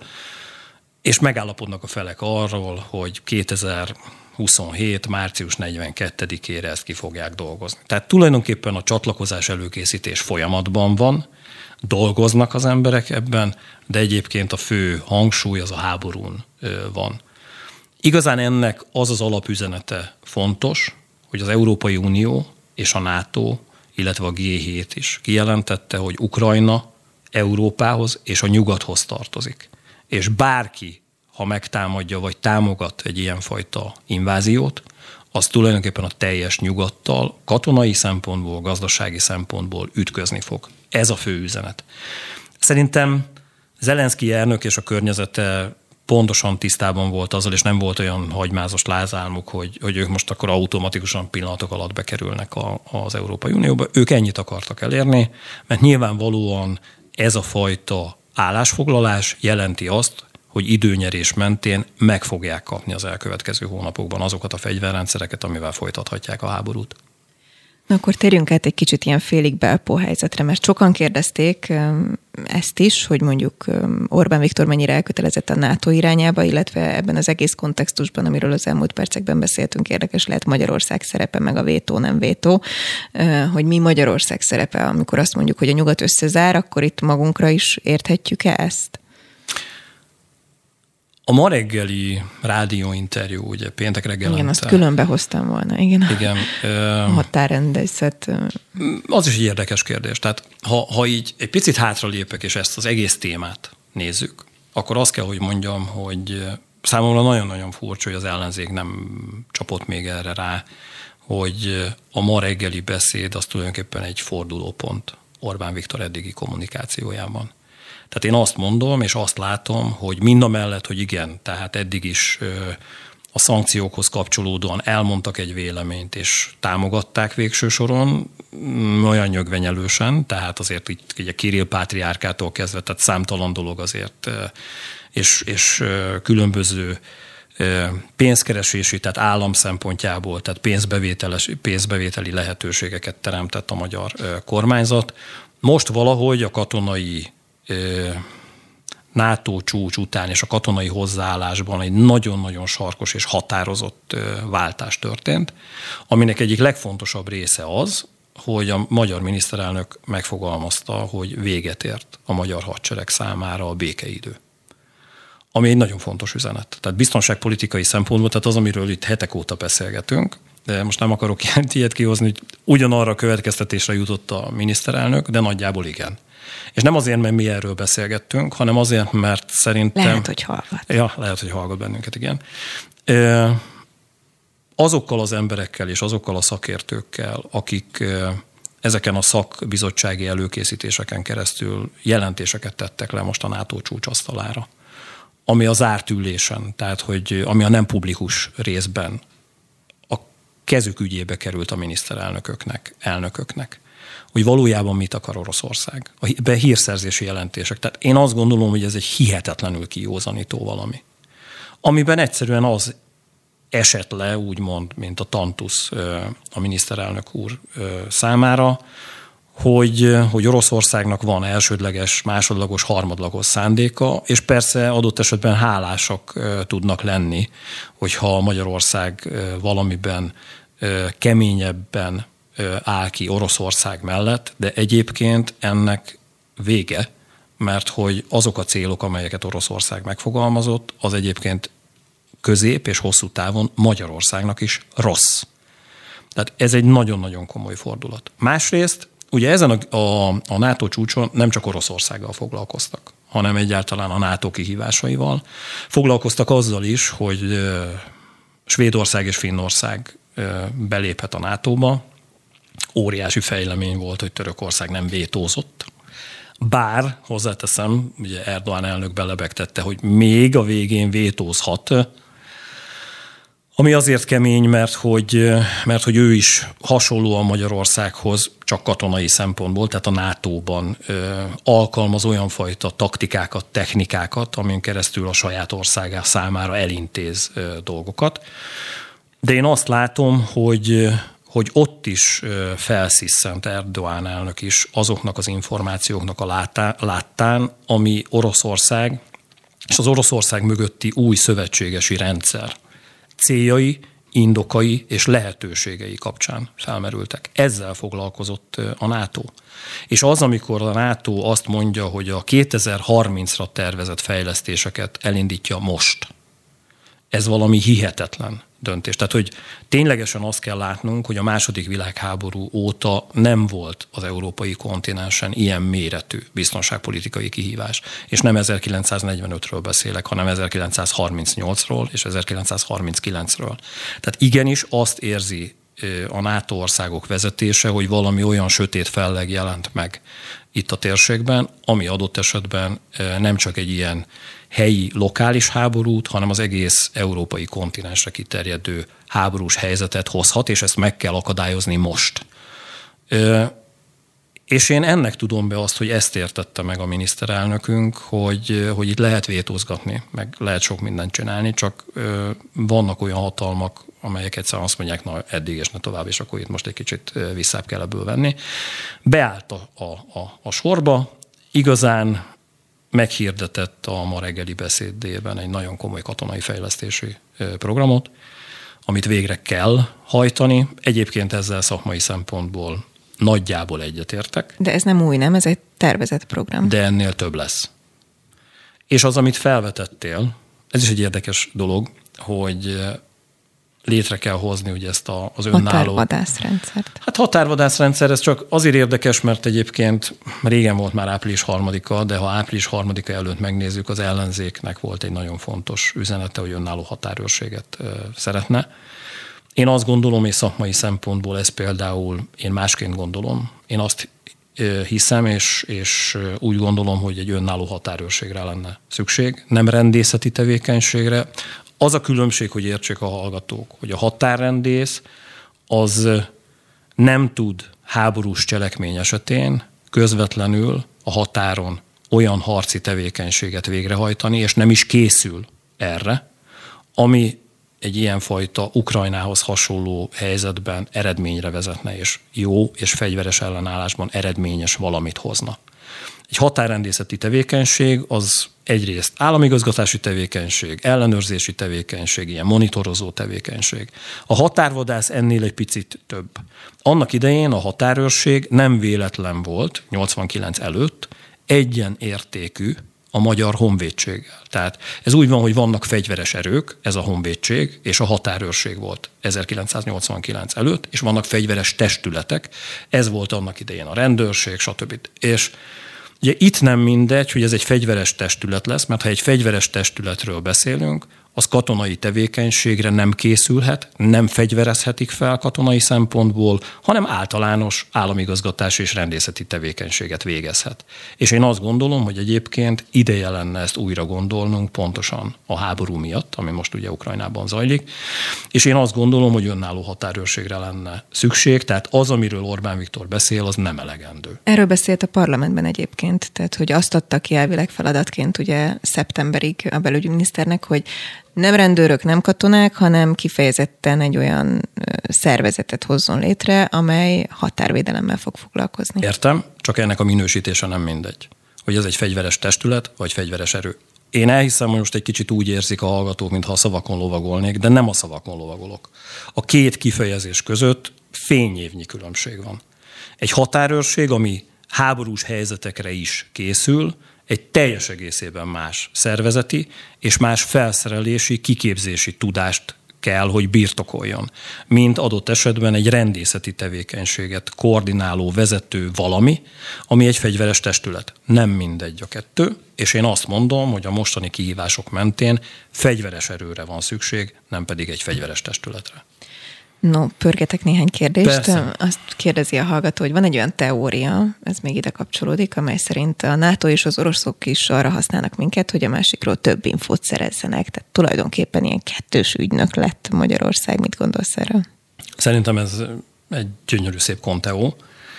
C: és megállapodnak a felek arról, hogy kétezer-huszonhét. március negyvenkettedikére ezt ki fogják dolgozni. Tehát tulajdonképpen a csatlakozás előkészítés folyamatban van, dolgoznak az emberek ebben, de egyébként a fő hangsúly az a háborún van. Igazán ennek az az alapüzenete fontos, hogy az Európai Unió és a NATO, illetve a gé hét is kijelentette, hogy Ukrajna Európához és a nyugathoz tartozik. És bárki, ha megtámadja vagy támogat egy ilyenfajta inváziót, az tulajdonképpen a teljes nyugattal katonai szempontból, gazdasági szempontból ütközni fog. Ez a fő üzenet. Szerintem Zelenszkij elnök és a környezete pontosan tisztában volt azzal, és nem volt olyan hagymázos lázálmuk, hogy, hogy ők most akkor automatikusan pillanatok alatt bekerülnek a, az Európai Unióba. Ők ennyit akartak elérni, mert nyilvánvalóan ez a fajta állásfoglalás jelenti azt, hogy időnyerés mentén meg fogják kapni az elkövetkező hónapokban azokat a fegyverrendszereket, amivel folytathatják a háborút.
B: Na akkor térjünk át egy kicsit ilyen félig belpó helyzetre, mert sokan kérdezték ezt is, hogy mondjuk Orbán Viktor mennyire elkötelezett a NATO irányába, illetve ebben az egész kontextusban, amiről az elmúlt percekben beszéltünk, érdekes lehet Magyarország szerepe, meg a vétó, nem vétó, hogy mi Magyarország szerepe, amikor azt mondjuk, hogy a nyugat összezár, akkor itt magunkra is érthetjük-e ezt?
C: A ma reggeli rádióinterjú, ugye péntek reggel.
B: Igen, azt külön behoztam volna, igen.
C: Igen.
B: A határrendezet.
C: Az is egy érdekes kérdés. Tehát ha, ha így egy picit hátralépek, és ezt az egész témát nézzük, akkor azt kell, hogy mondjam, hogy számomra nagyon-nagyon furcsa, hogy az ellenzék nem csapott még erre rá, hogy a ma reggeli beszéd az tulajdonképpen egy fordulópont Orbán Viktor eddigi kommunikációjában. Tehát én azt mondom, és azt látom, hogy mindamellett, hogy igen, tehát eddig is a szankciókhoz kapcsolódóan elmondtak egy véleményt, és támogatták végső soron, olyan nyögvenyelősen, tehát azért így, így a Kirill pátriárkától kezdve, tehát számtalan dolog azért, és, és különböző pénzkeresési, tehát állam szempontjából, tehát pénzbevételi lehetőségeket teremtett a magyar kormányzat. Most valahogy a katonai NATO csúcs után és a katonai hozzáállásban egy nagyon-nagyon sarkos és határozott váltás történt, aminek egyik legfontosabb része az, hogy a magyar miniszterelnök megfogalmazta, hogy véget ért a magyar hadsereg számára a békeidő. Ami egy nagyon fontos üzenet. Tehát biztonságpolitikai szempontból, tehát az, amiről itt hetek óta beszélgetünk, de most nem akarok ilyet kihozni, hogy ugyanarra a következtetésre jutott a miniszterelnök, de nagyjából igen. És nem azért, mert mi erről beszélgettünk, hanem azért, mert szerintem...
B: Lehet, hogy hallgat.
C: Ja, lehet, hogy hallgat bennünket, igen. Azokkal az emberekkel és azokkal a szakértőkkel, akik ezeken a szakbizottsági előkészítéseken keresztül jelentéseket tettek le most a NATO csúcsasztalára, ami a zárt ülésen, tehát hogy ami a nem publikus részben a kezük ügyébe került a miniszterelnököknek, elnököknek, hogy valójában mit akar Oroszország. A hírszerzési jelentések. Tehát én azt gondolom, hogy ez egy hihetetlenül kijózanító valami. Amiben egyszerűen az esett le, úgymond, mint a tantusz a miniszterelnök úr számára, hogy, hogy Oroszországnak van elsődleges, másodlagos, harmadlagos szándéka, és persze adott esetben hálásak tudnak lenni, hogyha Magyarország valamiben keményebben áll ki Oroszország mellett, de egyébként ennek vége, mert hogy azok a célok, amelyeket Oroszország megfogalmazott, az egyébként közép és hosszú távon Magyarországnak is rossz. Tehát ez egy nagyon-nagyon komoly fordulat. Másrészt, ugye ezen a, a, a NATO csúcson nem csak Oroszországgal foglalkoztak, hanem egyáltalán a NATO kihívásaival. Foglalkoztak azzal is, hogy Svédország és Finnország beléphet a nátóba. Óriási fejlemény volt, hogy Törökország nem vétózott. Bár, hozzáteszem, ugye Erdoğan elnök belebegtette, hogy még a végén vétózhat, ami azért kemény, mert hogy, mert hogy ő is hasonlóan Magyarországhoz, csak katonai szempontból, tehát a nátóban ö, alkalmaz olyan fajta taktikákat, technikákat, amin keresztül a saját országá számára elintéz ö, dolgokat. De én azt látom, hogy, hogy ott is ö, felsziszent Erdoğan elnök is azoknak az információknak a látá, láttán, ami Oroszország és az Oroszország mögötti új szövetségesi rendszer céljai, indokai és lehetőségei kapcsán felmerültek. Ezzel foglalkozott a NATO. És az, amikor a NATO azt mondja, hogy a kétezer-harmincra tervezett fejlesztéseket elindítja most, ez valami hihetetlen döntés. Tehát, hogy ténylegesen azt kell látnunk, hogy a második világháború óta nem volt az európai kontinensen ilyen méretű biztonságpolitikai kihívás. És nem ezerkilencszáznegyvenötről beszélek, hanem ezerkilencszázharmincnyolcról és ezerkilencszázharminckilencről. Tehát igenis azt érzi a NATO országok vezetése, hogy valami olyan sötét felleg jelent meg itt a térségben, ami adott esetben nem csak egy ilyen helyi, lokális háborút, hanem az egész európai kontinensre kiterjedő háborús helyzetet hozhat, és ezt meg kell akadályozni most. És én ennek tudom be azt, hogy ezt értette meg a miniszterelnökünk, hogy, hogy itt lehet vétózgatni, meg lehet sok mindent csinálni, csak vannak olyan hatalmak, amelyek egyszerűen azt mondják, na eddig és ne tovább, és akkor itt most egy kicsit visszább kell ebből venni. Beállt a, a, a, a sorba, igazán meghirdetett a ma reggeli beszédében egy nagyon komoly katonai fejlesztési programot, amit végre kell hajtani. Egyébként ezzel szakmai szempontból nagyjából egyetértek.
B: De ez nem új, nem? Ez egy tervezett program.
C: De ennél több lesz. És az, amit felvetettél, ez is egy érdekes dolog, hogy létre kell hozni ugye ezt a, az önálló...
B: Határvadászrendszert.
C: Hát határvadászrendszer, ez csak azért érdekes, mert egyébként régen volt már április harmadika, de ha április harmadika előtt megnézzük, az ellenzéknek volt egy nagyon fontos üzenete, hogy önálló határőrséget szeretne. Én azt gondolom, és szakmai szempontból ez például én másként gondolom. Én azt hiszem, és, és úgy gondolom, hogy egy önálló határőrségre lenne szükség, nem rendészeti tevékenységre. Az a különbség, hogy értsék a hallgatók, hogy a határrendész az nem tud háborús cselekmény esetén közvetlenül a határon olyan harci tevékenységet végrehajtani, és nem is készül erre, ami egy ilyenfajta Ukrajnához hasonló helyzetben eredményre vezetne, és jó és fegyveres ellenállásban eredményes valamit hozna. Egy határrendészeti tevékenység az egyrészt államigazgatási tevékenység, ellenőrzési tevékenység, ilyen monitorozó tevékenység. A határvadász ennél egy picit több. Annak idején a határőrség nem véletlen volt, nyolcvankilenc előtt, egyenértékű a magyar honvédséggel. Tehát ez úgy van, hogy vannak fegyveres erők, ez a honvédség, és a határőrség volt ezerkilencszáznyolcvankilenc előtt, és vannak fegyveres testületek, ez volt annak idején a rendőrség, stb. És Ugye itt nem mindegy, hogy ez egy fegyveres testület lesz, mert ha egy fegyveres testületről beszélünk, az katonai tevékenységre nem készülhet, nem fegyverezhetik fel katonai szempontból, hanem általános államigazgatási és rendészeti tevékenységet végezhet. És én azt gondolom, hogy egyébként ideje lenne ezt újra gondolnunk pontosan a háború miatt, ami most ugye Ukrajnában zajlik, és én azt gondolom, hogy önálló határőrségre lenne szükség, tehát az, amiről Orbán Viktor beszél, az nem elegendő.
B: Erről beszélt a parlamentben egyébként, tehát hogy azt adta ki elvileg feladatként ugye szeptemberig a belügyminiszternek, hogy nem rendőrök, nem katonák, hanem kifejezetten egy olyan szervezetet hozzon létre, amely határvédelemmel fog foglalkozni.
C: Értem, csak ennek a minősítése nem mindegy. Hogy ez egy fegyveres testület, vagy fegyveres erő. Én elhiszem, hogy most egy kicsit úgy érzik a hallgatók, mintha a szavakon lovagolnék, de nem a szavakon lovagolok. A két kifejezés között fényévnyi különbség van. Egy határőrség, ami háborús helyzetekre is készül, egy teljes egészében más szervezeti és más felszerelési, kiképzési tudást kell, hogy birtokoljon, mint adott esetben egy rendészeti tevékenységet koordináló, vezető valami, ami egy fegyveres testület. Nem mindegy a kettő, és én azt mondom, hogy a mostani kihívások mentén fegyveres erőre van szükség, nem pedig egy fegyveres testületre.
B: No, pörgetek néhány kérdést.
C: Persze.
B: Azt kérdezi a hallgató, hogy van egy olyan teória, ez még ide kapcsolódik, amely szerint a NATO és az oroszok is arra használnak minket, hogy a másikról több infót szerezzenek. Tehát tulajdonképpen ilyen kettős ügynök lett Magyarország. Mit gondolsz erről?
C: Szerintem ez egy gyönyörű szép konteó.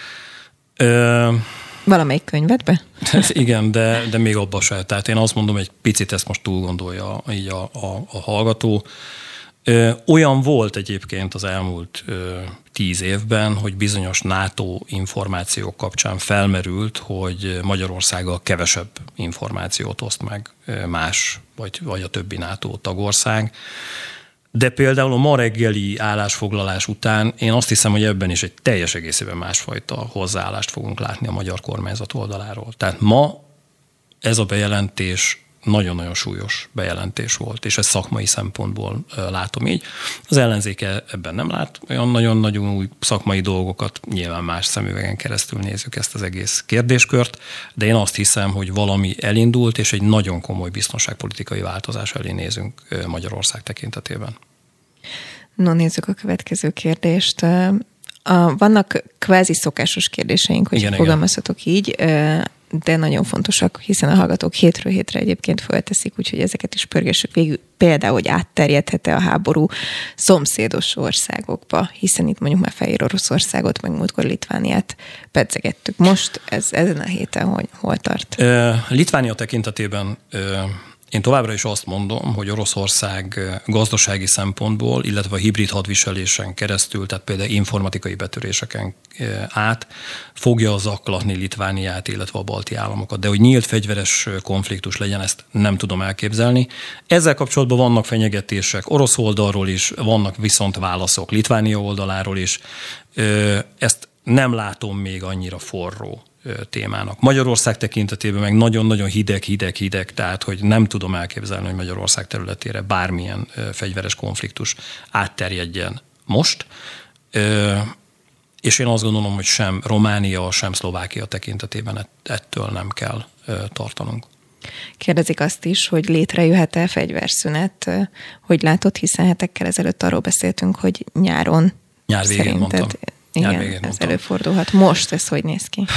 C: Ö...
B: Valamelyik könyvedbe?
C: Igen, de, de még abba se. Tehát én azt mondom, egy picit ezt most túl gondolja így a, a, a hallgató. Olyan volt egyébként az elmúlt tíz évben, hogy bizonyos NATO információk kapcsán felmerült, hogy Magyarországgal kevesebb információt oszt meg más, vagy, vagy a többi NATO tagország. De például a ma reggeli állásfoglalás után én azt hiszem, hogy ebben is egy teljes egészében másfajta hozzáállást fogunk látni a magyar kormányzat oldaláról. Tehát ma ez a bejelentés nagyon-nagyon súlyos bejelentés volt, és ezt szakmai szempontból látom így. Az ellenzék ebben nem lát olyan nagyon-nagyon új szakmai dolgokat, nyilván más szemüvegen keresztül nézzük ezt az egész kérdéskört, de én azt hiszem, hogy valami elindult, és egy nagyon komoly biztonságpolitikai változás elé nézünk Magyarország tekintetében.
B: No, nézzük a következő kérdést. A, vannak kvázi szokásos kérdéseink, hogy igen, fogalmazhatok igen. így, de nagyon fontosak, hiszen a hallgatók hétről hétre egyébként fölteszik, úgyhogy ezeket is pörgessük végül. Például, hogy átterjedhet-e a háború szomszédos országokba, hiszen itt mondjuk már Fehér Oroszországot, meg múltkor Litvániát pedzegettük. Most ez ezen a héten hogy, hol tart?
C: Litvánia tekintetében én továbbra is azt mondom, hogy Oroszország gazdasági szempontból, illetve a hibrid hadviselésen keresztül, tehát például informatikai betöréseken át fogja zaklatni Litvániát, illetve a balti államokat. De hogy nyílt fegyveres konfliktus legyen, ezt nem tudom elképzelni. Ezzel kapcsolatban vannak fenyegetések orosz oldalról is, vannak viszont válaszok Litvánia oldaláról is. Ezt nem látom még annyira forró témának. Magyarország tekintetében meg nagyon-nagyon hideg, hideg, hideg, tehát hogy nem tudom elképzelni, hogy Magyarország területére bármilyen fegyveres konfliktus átterjedjen most. És én azt gondolom, hogy sem Románia, sem Szlovákia tekintetében ettől nem kell tartanunk.
B: Kérdezik azt is, hogy létrejöhet-e fegyverszünet, hogy látod, hiszen hetekkel ezelőtt arról beszéltünk, hogy nyáron
C: Nyár végén
B: szerinted...
C: mondtam.
B: Igen, ez mondtam. Előfordulhat. Most ez hogy néz ki?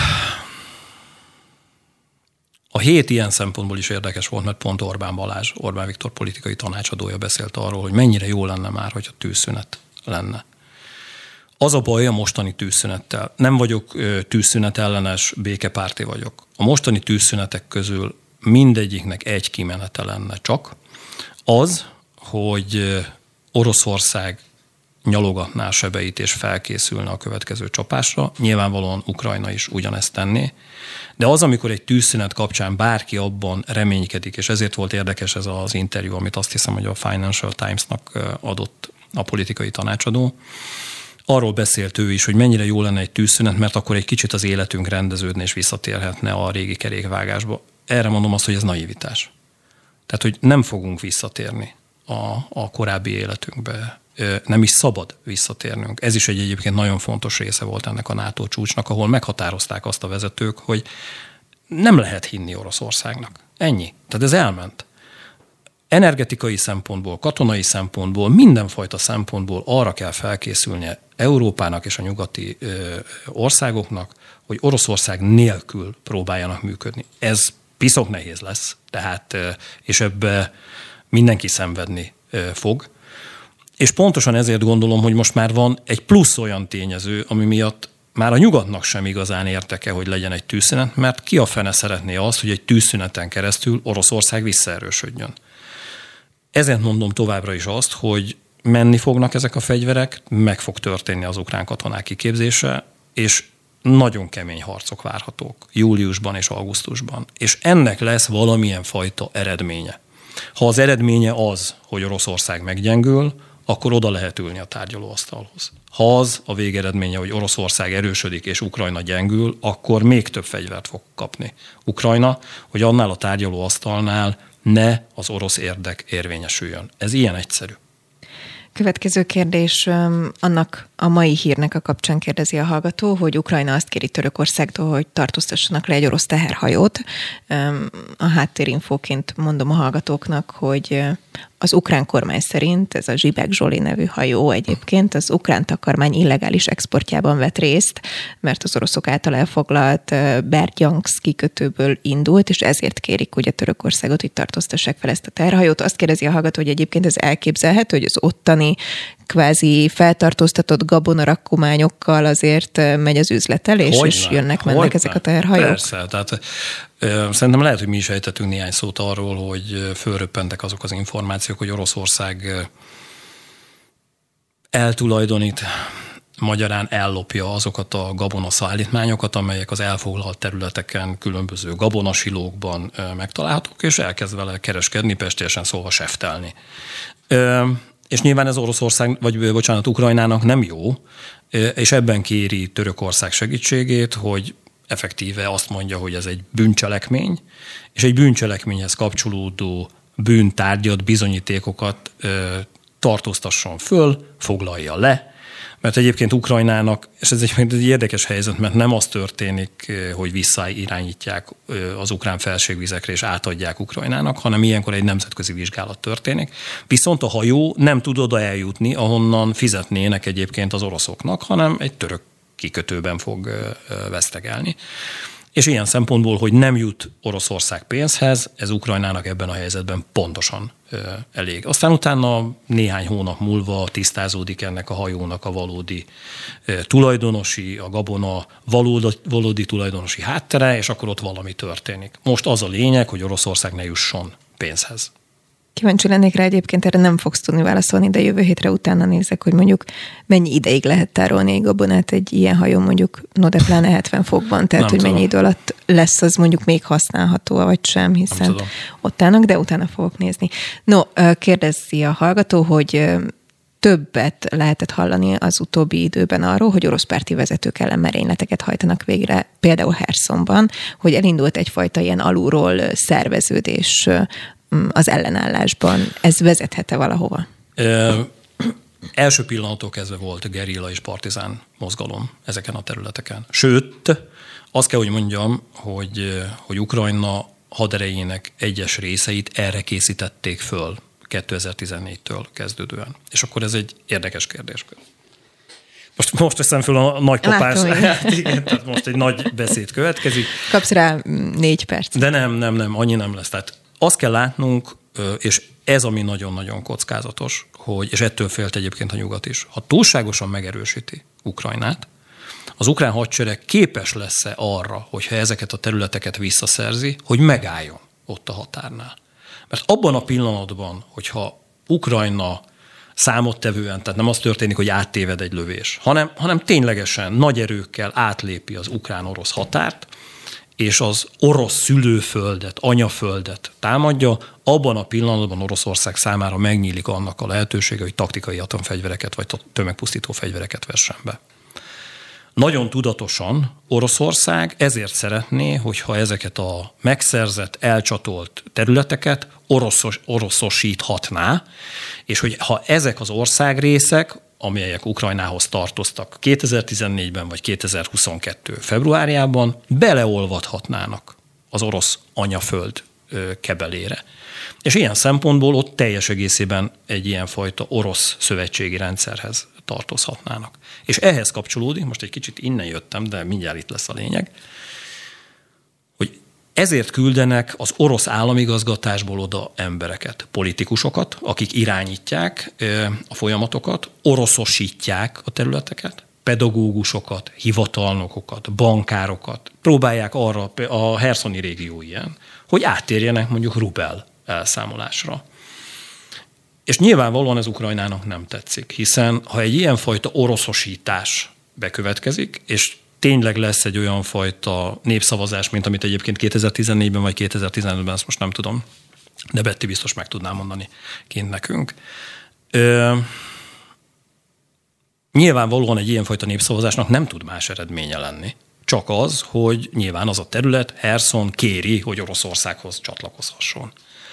C: A hét ilyen szempontból is érdekes volt, mert pont Orbán Balázs, Orbán Viktor politikai tanácsadója beszélt arról, hogy mennyire jó lenne már, hogyha tűzszünet lenne. Az a baj a mostani tűzszünettel. Nem vagyok tűzszünet ellenes, békepárti vagyok. A mostani tűzszünetek közül mindegyiknek egy kimenete lenne csak. Az, hogy Oroszország nyalogatná a sebeit és felkészülne a következő csapásra. Nyilvánvalóan Ukrajna is ugyanezt tenné. De az, amikor egy tűzszünet kapcsán bárki abban reménykedik, és ezért volt érdekes ez az interjú, amit azt hiszem, hogy a Financial Times-nak adott a politikai tanácsadó, arról beszélt ő is, hogy mennyire jó lenne egy tűzszünet, mert akkor egy kicsit az életünk rendeződne és visszatérhetne a régi kerékvágásba. Erre mondom azt, hogy ez naivitás. Tehát, hogy nem fogunk visszatérni a, a korábbi életünkbe. Nem is szabad visszatérnünk. Ez is egy egyébként nagyon fontos része volt ennek a NATO csúcsnak, ahol meghatározták azt a vezetők, hogy nem lehet hinni Oroszországnak. Ennyi. Tehát ez elment. Energetikai szempontból, katonai szempontból, mindenfajta szempontból arra kell felkészülnie Európának és a nyugati ö, országoknak, hogy Oroszország nélkül próbáljanak működni. Ez piszok nehéz lesz, tehát, ö, és ebbe mindenki szenvedni ö, fog. És pontosan ezért gondolom, hogy most már van egy plusz olyan tényező, ami miatt már a nyugatnak sem igazán érdeke, hogy legyen egy tűzszünet, mert ki a fene szeretné azt, hogy egy tűzszüneten keresztül Oroszország visszaerősödjön. Ezért mondom továbbra is azt, hogy menni fognak ezek a fegyverek, meg fog történni az ukrán katonák kiképzése, és nagyon kemény harcok várhatók júliusban és augusztusban. És ennek lesz valamilyen fajta eredménye. Ha az eredménye az, hogy Oroszország meggyengül, akkor oda lehet ülni a tárgyalóasztalhoz. Ha az a végeredménye, hogy Oroszország erősödik és Ukrajna gyengül, akkor még több fegyvert fog kapni Ukrajna, hogy annál a tárgyalóasztalnál ne az orosz érdek érvényesüljön. Ez ilyen egyszerű.
B: Következő kérdés, annak a mai hírnek a kapcsán kérdezi a hallgató, hogy Ukrajna azt kéri Törökországtól, hogy tartóztassanak le egy orosz teherhajót. A háttérinfóként mondom a hallgatóknak, hogy az ukrán kormány szerint ez a Zsibek Zsoli nevű hajó egyébként az ukrán takarmány illegális exportjában vett részt, mert az oroszok által elfoglalt Berdyansk kikötőből indult, és ezért kérik ugye Törökországot, hogy tartóztassák fel ezt a teherhajót. Azt kérdezi a hallgató, hogy egyébként ez elképzelhető, hogy az ottani kvázi feltartóztatott gabonarakkumányokkal azért megy az üzletelés, hogyne, és jönnek-mennek ezek a teherhajók?
C: Persze, tehát ö, szerintem lehet, hogy mi is ejtettünk néhány szót arról, hogy fölröppentek azok az információk, hogy Oroszország eltulajdonít, magyarán ellopja azokat a gabonaszállítmányokat, amelyek az elfoglalt területeken, különböző gabonasilókban megtalálhatók, és elkezd vele kereskedni, pestélyesen szólva seftelni. Ö, És nyilván ez Oroszország, vagy bocsánat, Ukrajnának nem jó, és ebben kéri Törökország segítségét, hogy effektíve azt mondja, hogy ez egy bűncselekmény, és egy bűncselekményhez kapcsolódó bűntárgyat, bizonyítékokat tartóztasson föl, foglalja le, mert egyébként Ukrajnának, és ez egy, egy érdekes helyzet, mert nem az történik, hogy visszairányítják az ukrán felségvizekre és átadják Ukrajnának, hanem ilyenkor egy nemzetközi vizsgálat történik. Viszont a hajó nem tud oda eljutni, ahonnan fizetnének egyébként az oroszoknak, hanem egy török kikötőben fog vesztegelni. És ilyen szempontból, hogy nem jut Oroszország pénzhez, ez Ukrajnának ebben a helyzetben pontosan ö, elég. Aztán utána néhány hónap múlva tisztázódik ennek a hajónak a valódi ö, tulajdonosi, a gabona valódi, valódi tulajdonosi háttere, és akkor ott valami történik. Most az a lényeg, hogy Oroszország ne jusson pénzhez.
B: Kíváncsi lennék rá, egyébként erre nem fogsz tudni válaszolni, de jövő hétre utána nézek, hogy mondjuk mennyi ideig lehet tárolni egy gabonát egy ilyen hajó, mondjuk no de pláne hetven fokban, tehát nem hogy tudom. Mennyi idő alatt lesz az mondjuk még használható, vagy sem, hiszen ott állnak, de utána fogok nézni. No, kérdezi a hallgató, hogy többet lehetett hallani az utóbbi időben arról, hogy orosz párti vezetők ellen merényleteket hajtanak végre, például Hersonban, hogy elindult egyfajta ilyen alulról szerveződés az ellenállásban. Ez vezethet-e valahova? Ö,
C: első pillanattól kezdve volt gerilla és partizán mozgalom ezeken a területeken. Sőt, azt kell, hogy mondjam, hogy, hogy Ukrajna haderejének egyes részeit erre készítették föl kétezer-tizennégytől kezdődően. És akkor ez egy érdekes kérdéskör. Most, most veszem föl a nagypapás. Igen, tehát most egy nagy beszéd következik.
B: Kapsz rá négy perc.
C: De nem, nem, nem, annyi nem lesz. Tehát azt kell látnunk, és ez ami nagyon-nagyon kockázatos, hogy, és ettől félt egyébként a nyugat is, ha túlságosan megerősíti Ukrajnát, az ukrán hadsereg képes lesz-e arra, hogyha ezeket a területeket visszaszerzi, hogy megálljon ott a határnál. Mert abban a pillanatban, hogyha Ukrajna számottevően, tehát nem az történik, hogy áttéved egy lövés, hanem, hanem ténylegesen nagy erőkkel átlépi az ukrán-orosz határt, és az orosz szülőföldet, anyaföldet támadja, abban a pillanatban Oroszország számára megnyílik annak a lehetősége, hogy taktikai atomfegyvereket vagy tömegpusztító fegyvereket vessen be. Nagyon tudatosan Oroszország ezért szeretné, hogyha ezeket a megszerzett, elcsatolt területeket oroszos, oroszosíthatná, és hogy ha ezek az országrészek, amelyek Ukrajnához tartoztak kétezer-tizennégyben vagy kétezer-huszonkettő februárjában, beleolvadhatnának az orosz anyaföld kebelére. És ilyen szempontból ott teljes egészében egy ilyenfajta orosz szövetségi rendszerhez tartozhatnának. És ehhez kapcsolódik, most egy kicsit innen jöttem, de mindjárt itt lesz a lényeg, hogy ezért küldenek az orosz államigazgatásból oda embereket, politikusokat, akik irányítják a folyamatokat, oroszosítják a területeket, pedagógusokat, hivatalnokokat, bankárokat, próbálják arra, a herszoni régió ilyen, hogy áttérjenek mondjuk rubel elszámolásra. És nyilvánvalóan ez Ukrajnának nem tetszik, hiszen ha egy ilyenfajta oroszosítás bekövetkezik, és tényleg lesz egy olyan fajta népszavazás, mint amit egyébként kétezer-tizennégyben vagy kétezer-tizenötben, ezt most nem tudom, de Betty biztos meg tudná mondani kint nekünk. Ö, nyilvánvalóan egy ilyenfajta népszavazásnak nem tud más eredménye lenni. Csak az, hogy nyilván az a terület, Herszon kéri, hogy Oroszországhoz csatlakozhasson.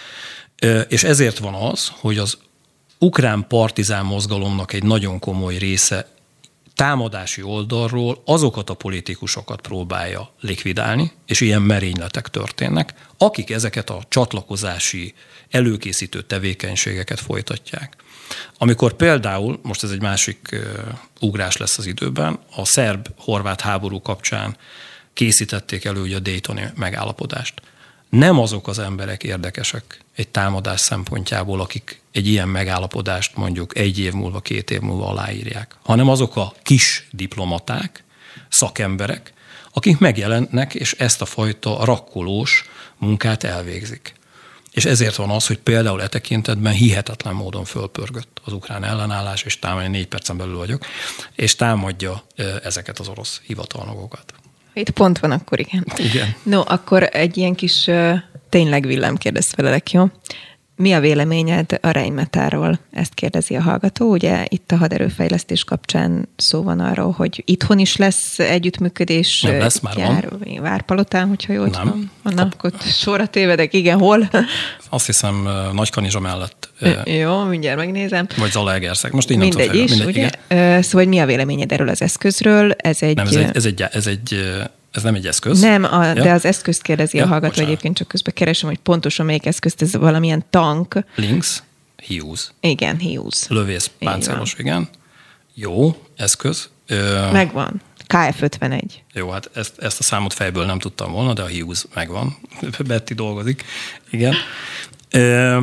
C: Ö, és ezért van az, hogy az ukrán partizán mozgalomnak egy nagyon komoly része támadási oldalról azokat a politikusokat próbálja likvidálni, és ilyen merényletek történnek, akik ezeket a csatlakozási előkészítő tevékenységeket folytatják. Amikor például, most ez egy másik uh, ugrás lesz az időben, a szerb-horvát háború kapcsán készítették elő ugye a Daytoni megállapodást. Nem azok az emberek érdekesek egy támadás szempontjából, akik egy ilyen megállapodást mondjuk egy év múlva, két év múlva aláírják, hanem azok a kis diplomaták, szakemberek, akik megjelennek, és ezt a fajta rakkolós munkát elvégzik. És ezért van az, hogy például e tekintetben hihetetlen módon fölpörgött az ukrán ellenállás, és támadja, négy percen belül vagyok, és támadja ezeket az orosz hivatalnokokat.
B: Itt pont van akkor, igen.
C: Igen.
B: No, akkor egy ilyen kis uh, tényleg villámkérdést felelek, jó? Mi a véleményed a Rheinmetallról? Ezt kérdezi a hallgató. Ugye itt a haderőfejlesztés kapcsán szó van arról, hogy itthon is lesz együttműködés.
C: Nem lesz, már
B: jár,
C: van.
B: Várpalotán, hogyha jól
C: Nem.
B: tudom. Na, akkor sorra tévedek, igen, hol?
C: Azt hiszem Nagykanizsa mellett.
B: Jó, mindjárt megnézem.
C: Vagy Zalaegerszeg. Most így nem
B: mindegy
C: tudom
B: is,
C: mindegy,
B: ugye?
C: Igen.
B: Szóval mi a véleményed erről az eszközről? Ez egy...
C: Nem, ez egy, ez egy, ez egy Ez nem egy eszköz?
B: Nem, a, ja? de az eszközt kérdezi
C: ja,
B: a hallgató,
C: bocsánat.
B: Egyébként csak közben keresem, hogy pontosan melyik eszközt, ez valamilyen tank.
C: Lynx, Hughes.
B: Igen, Hughes.
C: Lövész, páncélos, igen. Jó, eszköz. Ö...
B: Megvan. ká ef ötvenegy.
C: Jó, hát ezt, ezt a számot fejből nem tudtam volna, de a Hughes megvan. Betty dolgozik. Igen. Ö...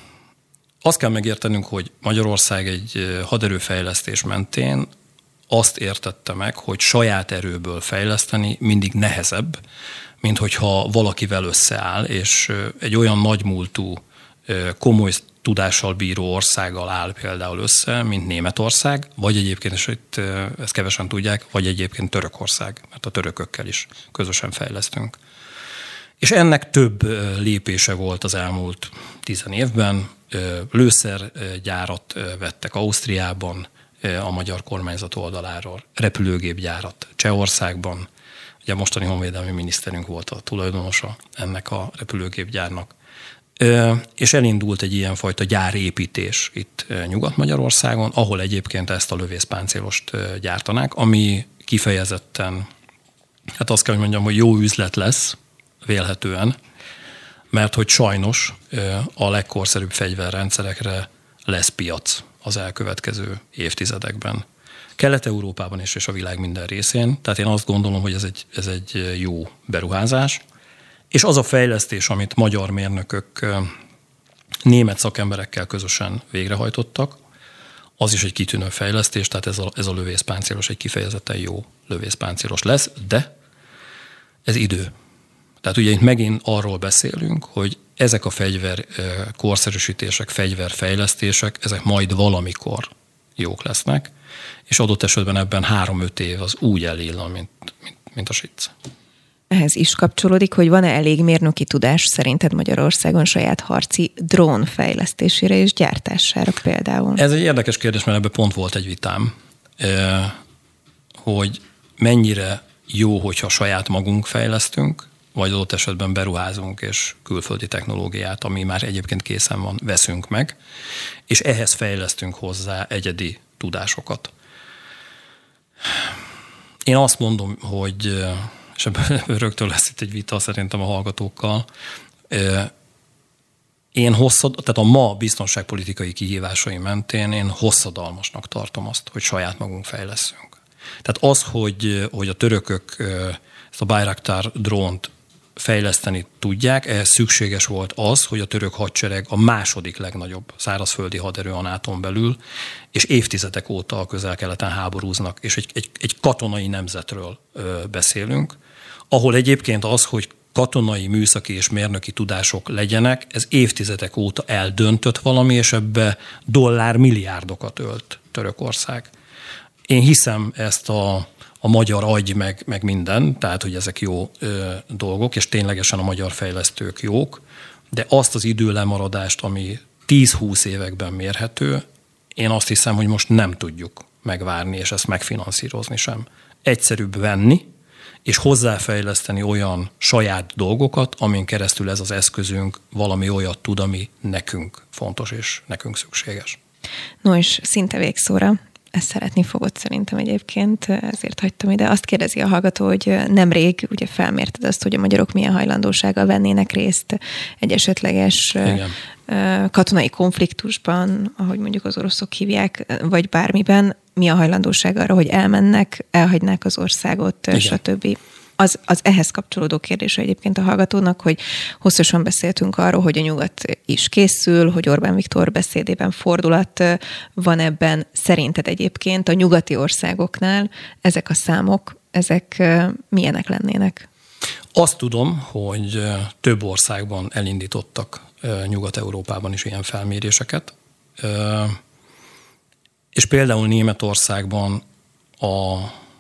C: Azt kell megértenünk, hogy Magyarország egy haderőfejlesztés mentén azt értette meg, hogy saját erőből fejleszteni mindig nehezebb, mint hogyha valakivel összeáll, és egy olyan nagymúltú, komoly tudással bíró országgal áll például össze, mint Németország, vagy egyébként, és itt ezt kevesen tudják, vagy egyébként Törökország, mert a törökökkel is közösen fejlesztünk. És ennek több lépése volt az elmúlt tizen évben. Lőszergyárat vettek Ausztriában, a magyar kormányzat oldaláról, repülőgépgyárat Csehországban. Ugye a mostani honvédelmi miniszterünk volt a tulajdonosa ennek a repülőgépgyárnak. És elindult egy ilyenfajta gyárépítés itt Nyugat-Magyarországon, ahol egyébként ezt a lövészpáncélost gyártanák, ami kifejezetten, hát azt kell, hogy mondjam, hogy jó üzlet lesz, vélhetően, mert hogy sajnos a legkorszerűbb fegyverrendszerekre lesz piac az elkövetkező évtizedekben. Kelet-Európában is, és a világ minden részén. Tehát én azt gondolom, hogy ez egy, ez egy jó beruházás. És az a fejlesztés, amit magyar mérnökök német szakemberekkel közösen végrehajtottak, az is egy kitűnő fejlesztés, tehát ez a, ez a lövészpáncélos egy kifejezetten jó lövészpáncélos lesz, de ez idő. Tehát ugye itt megint arról beszélünk, hogy ezek a fegyver korszerűsítések, fegyverfejlesztések, ezek majd valamikor jók lesznek, és adott esetben ebben három-öt év az úgy elillan, mint, mint, mint a sic.
B: Ehhez is kapcsolódik, hogy van-e elég mérnöki tudás szerinted Magyarországon saját harci drón fejlesztésére és gyártására például?
C: Ez egy érdekes kérdés, mert ebben pont volt egy vitám, hogy mennyire jó, hogyha saját magunk fejlesztünk, vagy adott esetben beruházunk, és külföldi technológiát, ami már egyébként készen van, veszünk meg, és ehhez fejlesztünk hozzá egyedi tudásokat. Én azt mondom, hogy és ebből rögtön lesz itt egy vita szerintem a hallgatókkal. Én hosszad, tehát a ma biztonságpolitikai kihívásai mentén én hosszadalmasnak tartom azt, hogy saját magunk fejleszünk. Tehát az, hogy, hogy a törökök ezt a Bayraktar drónt fejleszteni tudják, ehhez szükséges volt az, hogy a török hadsereg a második legnagyobb szárazföldi haderő a nátón belül, és évtizedek óta a Közel-Keleten háborúznak, és egy, egy, egy katonai nemzetről ö, beszélünk, ahol egyébként az, hogy katonai, műszaki és mérnöki tudások legyenek, ez évtizedek óta eldöntött valami, és ebbe dollár milliárdokat ölt Törökország. Én hiszem ezt a a magyar agy, meg, meg minden, tehát, hogy ezek jó ö, dolgok, és ténylegesen a magyar fejlesztők jók, de azt az időlemaradást, ami tíz-húsz években mérhető, én azt hiszem, hogy most nem tudjuk megvárni, és ezt megfinanszírozni sem. Egyszerűbb venni, és hozzáfejleszteni olyan saját dolgokat, amin keresztül ez az eszközünk valami olyat tud, ami nekünk fontos, és nekünk szükséges.
B: No, és szinte végszóra. Ezt szeretni fogod szerintem egyébként, ezért hagytam ide. Azt kérdezi a hallgató, hogy nemrég ugye felmérted azt, hogy a magyarok milyen hajlandósággal vennének részt egy esetleges Igen. katonai konfliktusban, ahogy mondjuk az oroszok hívják, vagy bármiben, mi a hajlandóság arra, hogy elmennek, elhagynák az országot, Igen. stb. Az, az ehhez kapcsolódó kérdése egyébként a hallgatónak, hogy hosszasan beszéltünk arról, hogy a nyugat is készül, hogy Orbán Viktor beszédében fordulat van ebben. Szerinted egyébként a nyugati országoknál ezek a számok, ezek milyenek lennének?
C: Azt tudom, hogy több országban elindítottak Nyugat-Európában is ilyen felméréseket, és például Németországban a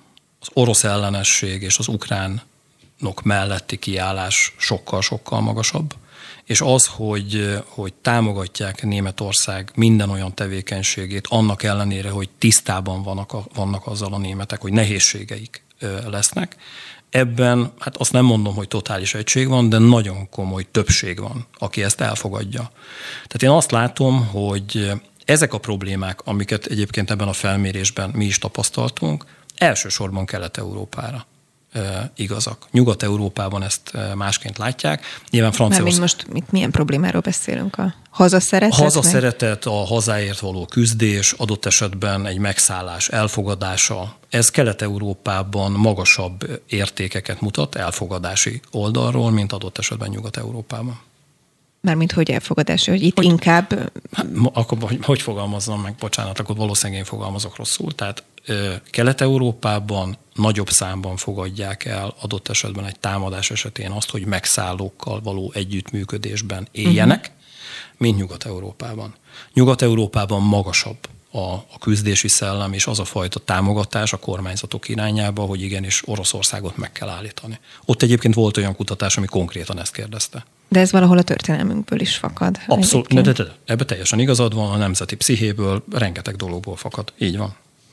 C: az orosz ellenesség és az ukránok melletti kiállás sokkal-sokkal magasabb, és az, hogy, hogy támogatják Németország minden olyan tevékenységét, annak ellenére, hogy tisztában vannak, a, vannak azzal a németek, hogy nehézségeik lesznek, ebben, hát azt nem mondom, hogy totális egység van, de nagyon komoly többség van, aki ezt elfogadja. Tehát én azt látom, hogy ezek a problémák, amiket egyébként ebben a felmérésben mi is tapasztaltunk, elsősorban Kelet-Európára e, igazak. Nyugat-Európában ezt másként látják. Nyilván Franciaország...
B: Most mit, milyen problémáról beszélünk? A hazaszeretet?
C: A hazaszeretet, a hazáért való küzdés, adott esetben egy megszállás elfogadása. Ez Kelet-Európában magasabb értékeket mutat elfogadási oldalról, mint adott esetben Nyugat-Európában.
B: Mármint hogy elfogadása, hogy itt hogy, inkább...
C: Hát, akkor hogy, hogy fogalmazzam meg, bocsánat, akkor valószínűleg én fogalmazok rosszul. Tehát Kelet-Európában nagyobb számban fogadják el adott esetben egy támadás esetén azt, hogy megszállókkal való együttműködésben éljenek, uh-huh. mint Nyugat-Európában. Nyugat-Európában magasabb a, a küzdési szellem és az a fajta támogatás a kormányzatok irányába, hogy igenis Oroszországot meg kell állítani. Ott egyébként volt olyan kutatás, ami konkrétan ezt kérdezte.
B: De ez valahol a történelmünkből is fakad.
C: Abszolút, de, de, de, ebbe teljesen igazad van, a nemzeti pszichéből rengeteg dologból fakad. Így van.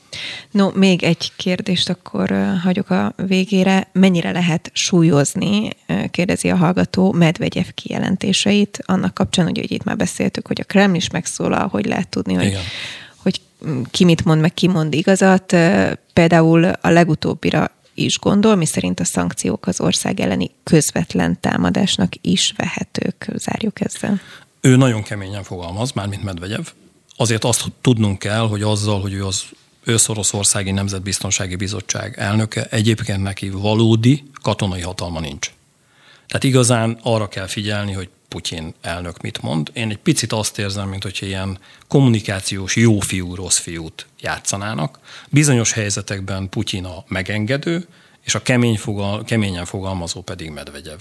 B: No, még egy kérdést akkor hagyok a végére. Mennyire lehet súlyozni, kérdezi a hallgató, Medvegyev kijelentéseit, annak kapcsán, ugye, hogy itt már beszéltük, hogy a Kreml is megszólal, hogy lehet tudni, hogy, hogy ki mit mond, meg ki mond igazat. Például a legutóbbira is gondol, miszerint a szankciók az ország elleni közvetlen támadásnak is vehetők. Zárjuk ezzel.
C: Ő nagyon keményen fogalmaz, mármint Medvegyev. Azért azt tudnunk kell, hogy azzal, hogy ő az Ősz-Oroszországi Nemzetbiztonsági Bizottság elnöke, egyébként neki valódi katonai hatalma nincs. Tehát igazán arra kell figyelni, hogy Putyin elnök mit mond. Én egy picit azt érzem, mint hogyha ilyen kommunikációs jó fiú, rossz fiút játszanának. Bizonyos helyzetekben Putyin a megengedő, és a kemény fogal, keményen fogalmazó pedig Medvegyev.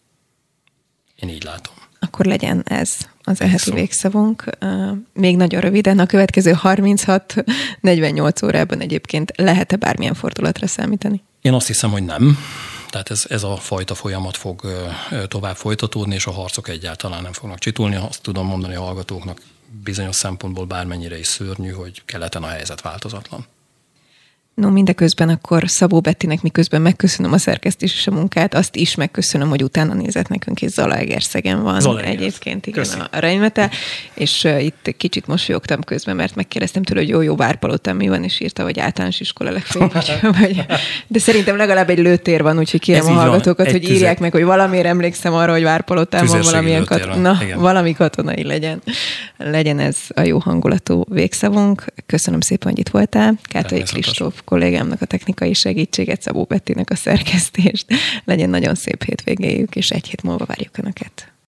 C: Én így látom.
B: Akkor legyen ez az eheti végszavunk. Még nagyon röviden, a következő harminchat negyvennyolc órában egyébként lehet-e bármilyen fordulatra számítani?
C: Én azt hiszem, hogy nem. Tehát ez, ez a fajta folyamat fog tovább folytatódni, és a harcok egyáltalán nem fognak csitulni. Azt tudom mondani a hallgatóknak bizonyos szempontból bármennyire is szörnyű, hogy keleten a helyzet változatlan.
B: No, mindeközben akkor Szabó Bettinek miközben megköszönöm a szerkesztés és a munkát, azt is megköszönöm, hogy utána nézett nekünk, és Zalaegerszegen van
D: Zalaegerszeg.
B: Egyébként, igen, Köszi. A Rheinmetall, és uh, itt kicsit mosolyogtam közben, mert megkérdeztem tőle, hogy jó-jó Várpalotán mi van, és írta, hogy általános iskola legfeljebb. vagy, de szerintem legalább egy lőtér van, úgyhogy kérem a hallgatókat, hogy tüzet. írják meg, hogy valamiért emlékszem arra, hogy Várpalotán van valamilyen kat- na, valami katonai legyen. Legyen ez a jó hangulatú végszavunk. Köszönöm szépen, hogy itt voltál. Kátai Kristóf kollégámnak a technikai segítséget, Szabó Bettinek a szerkesztést. Legyen nagyon szép hétvégéjük, és egy hét múlva várjuk Önöket.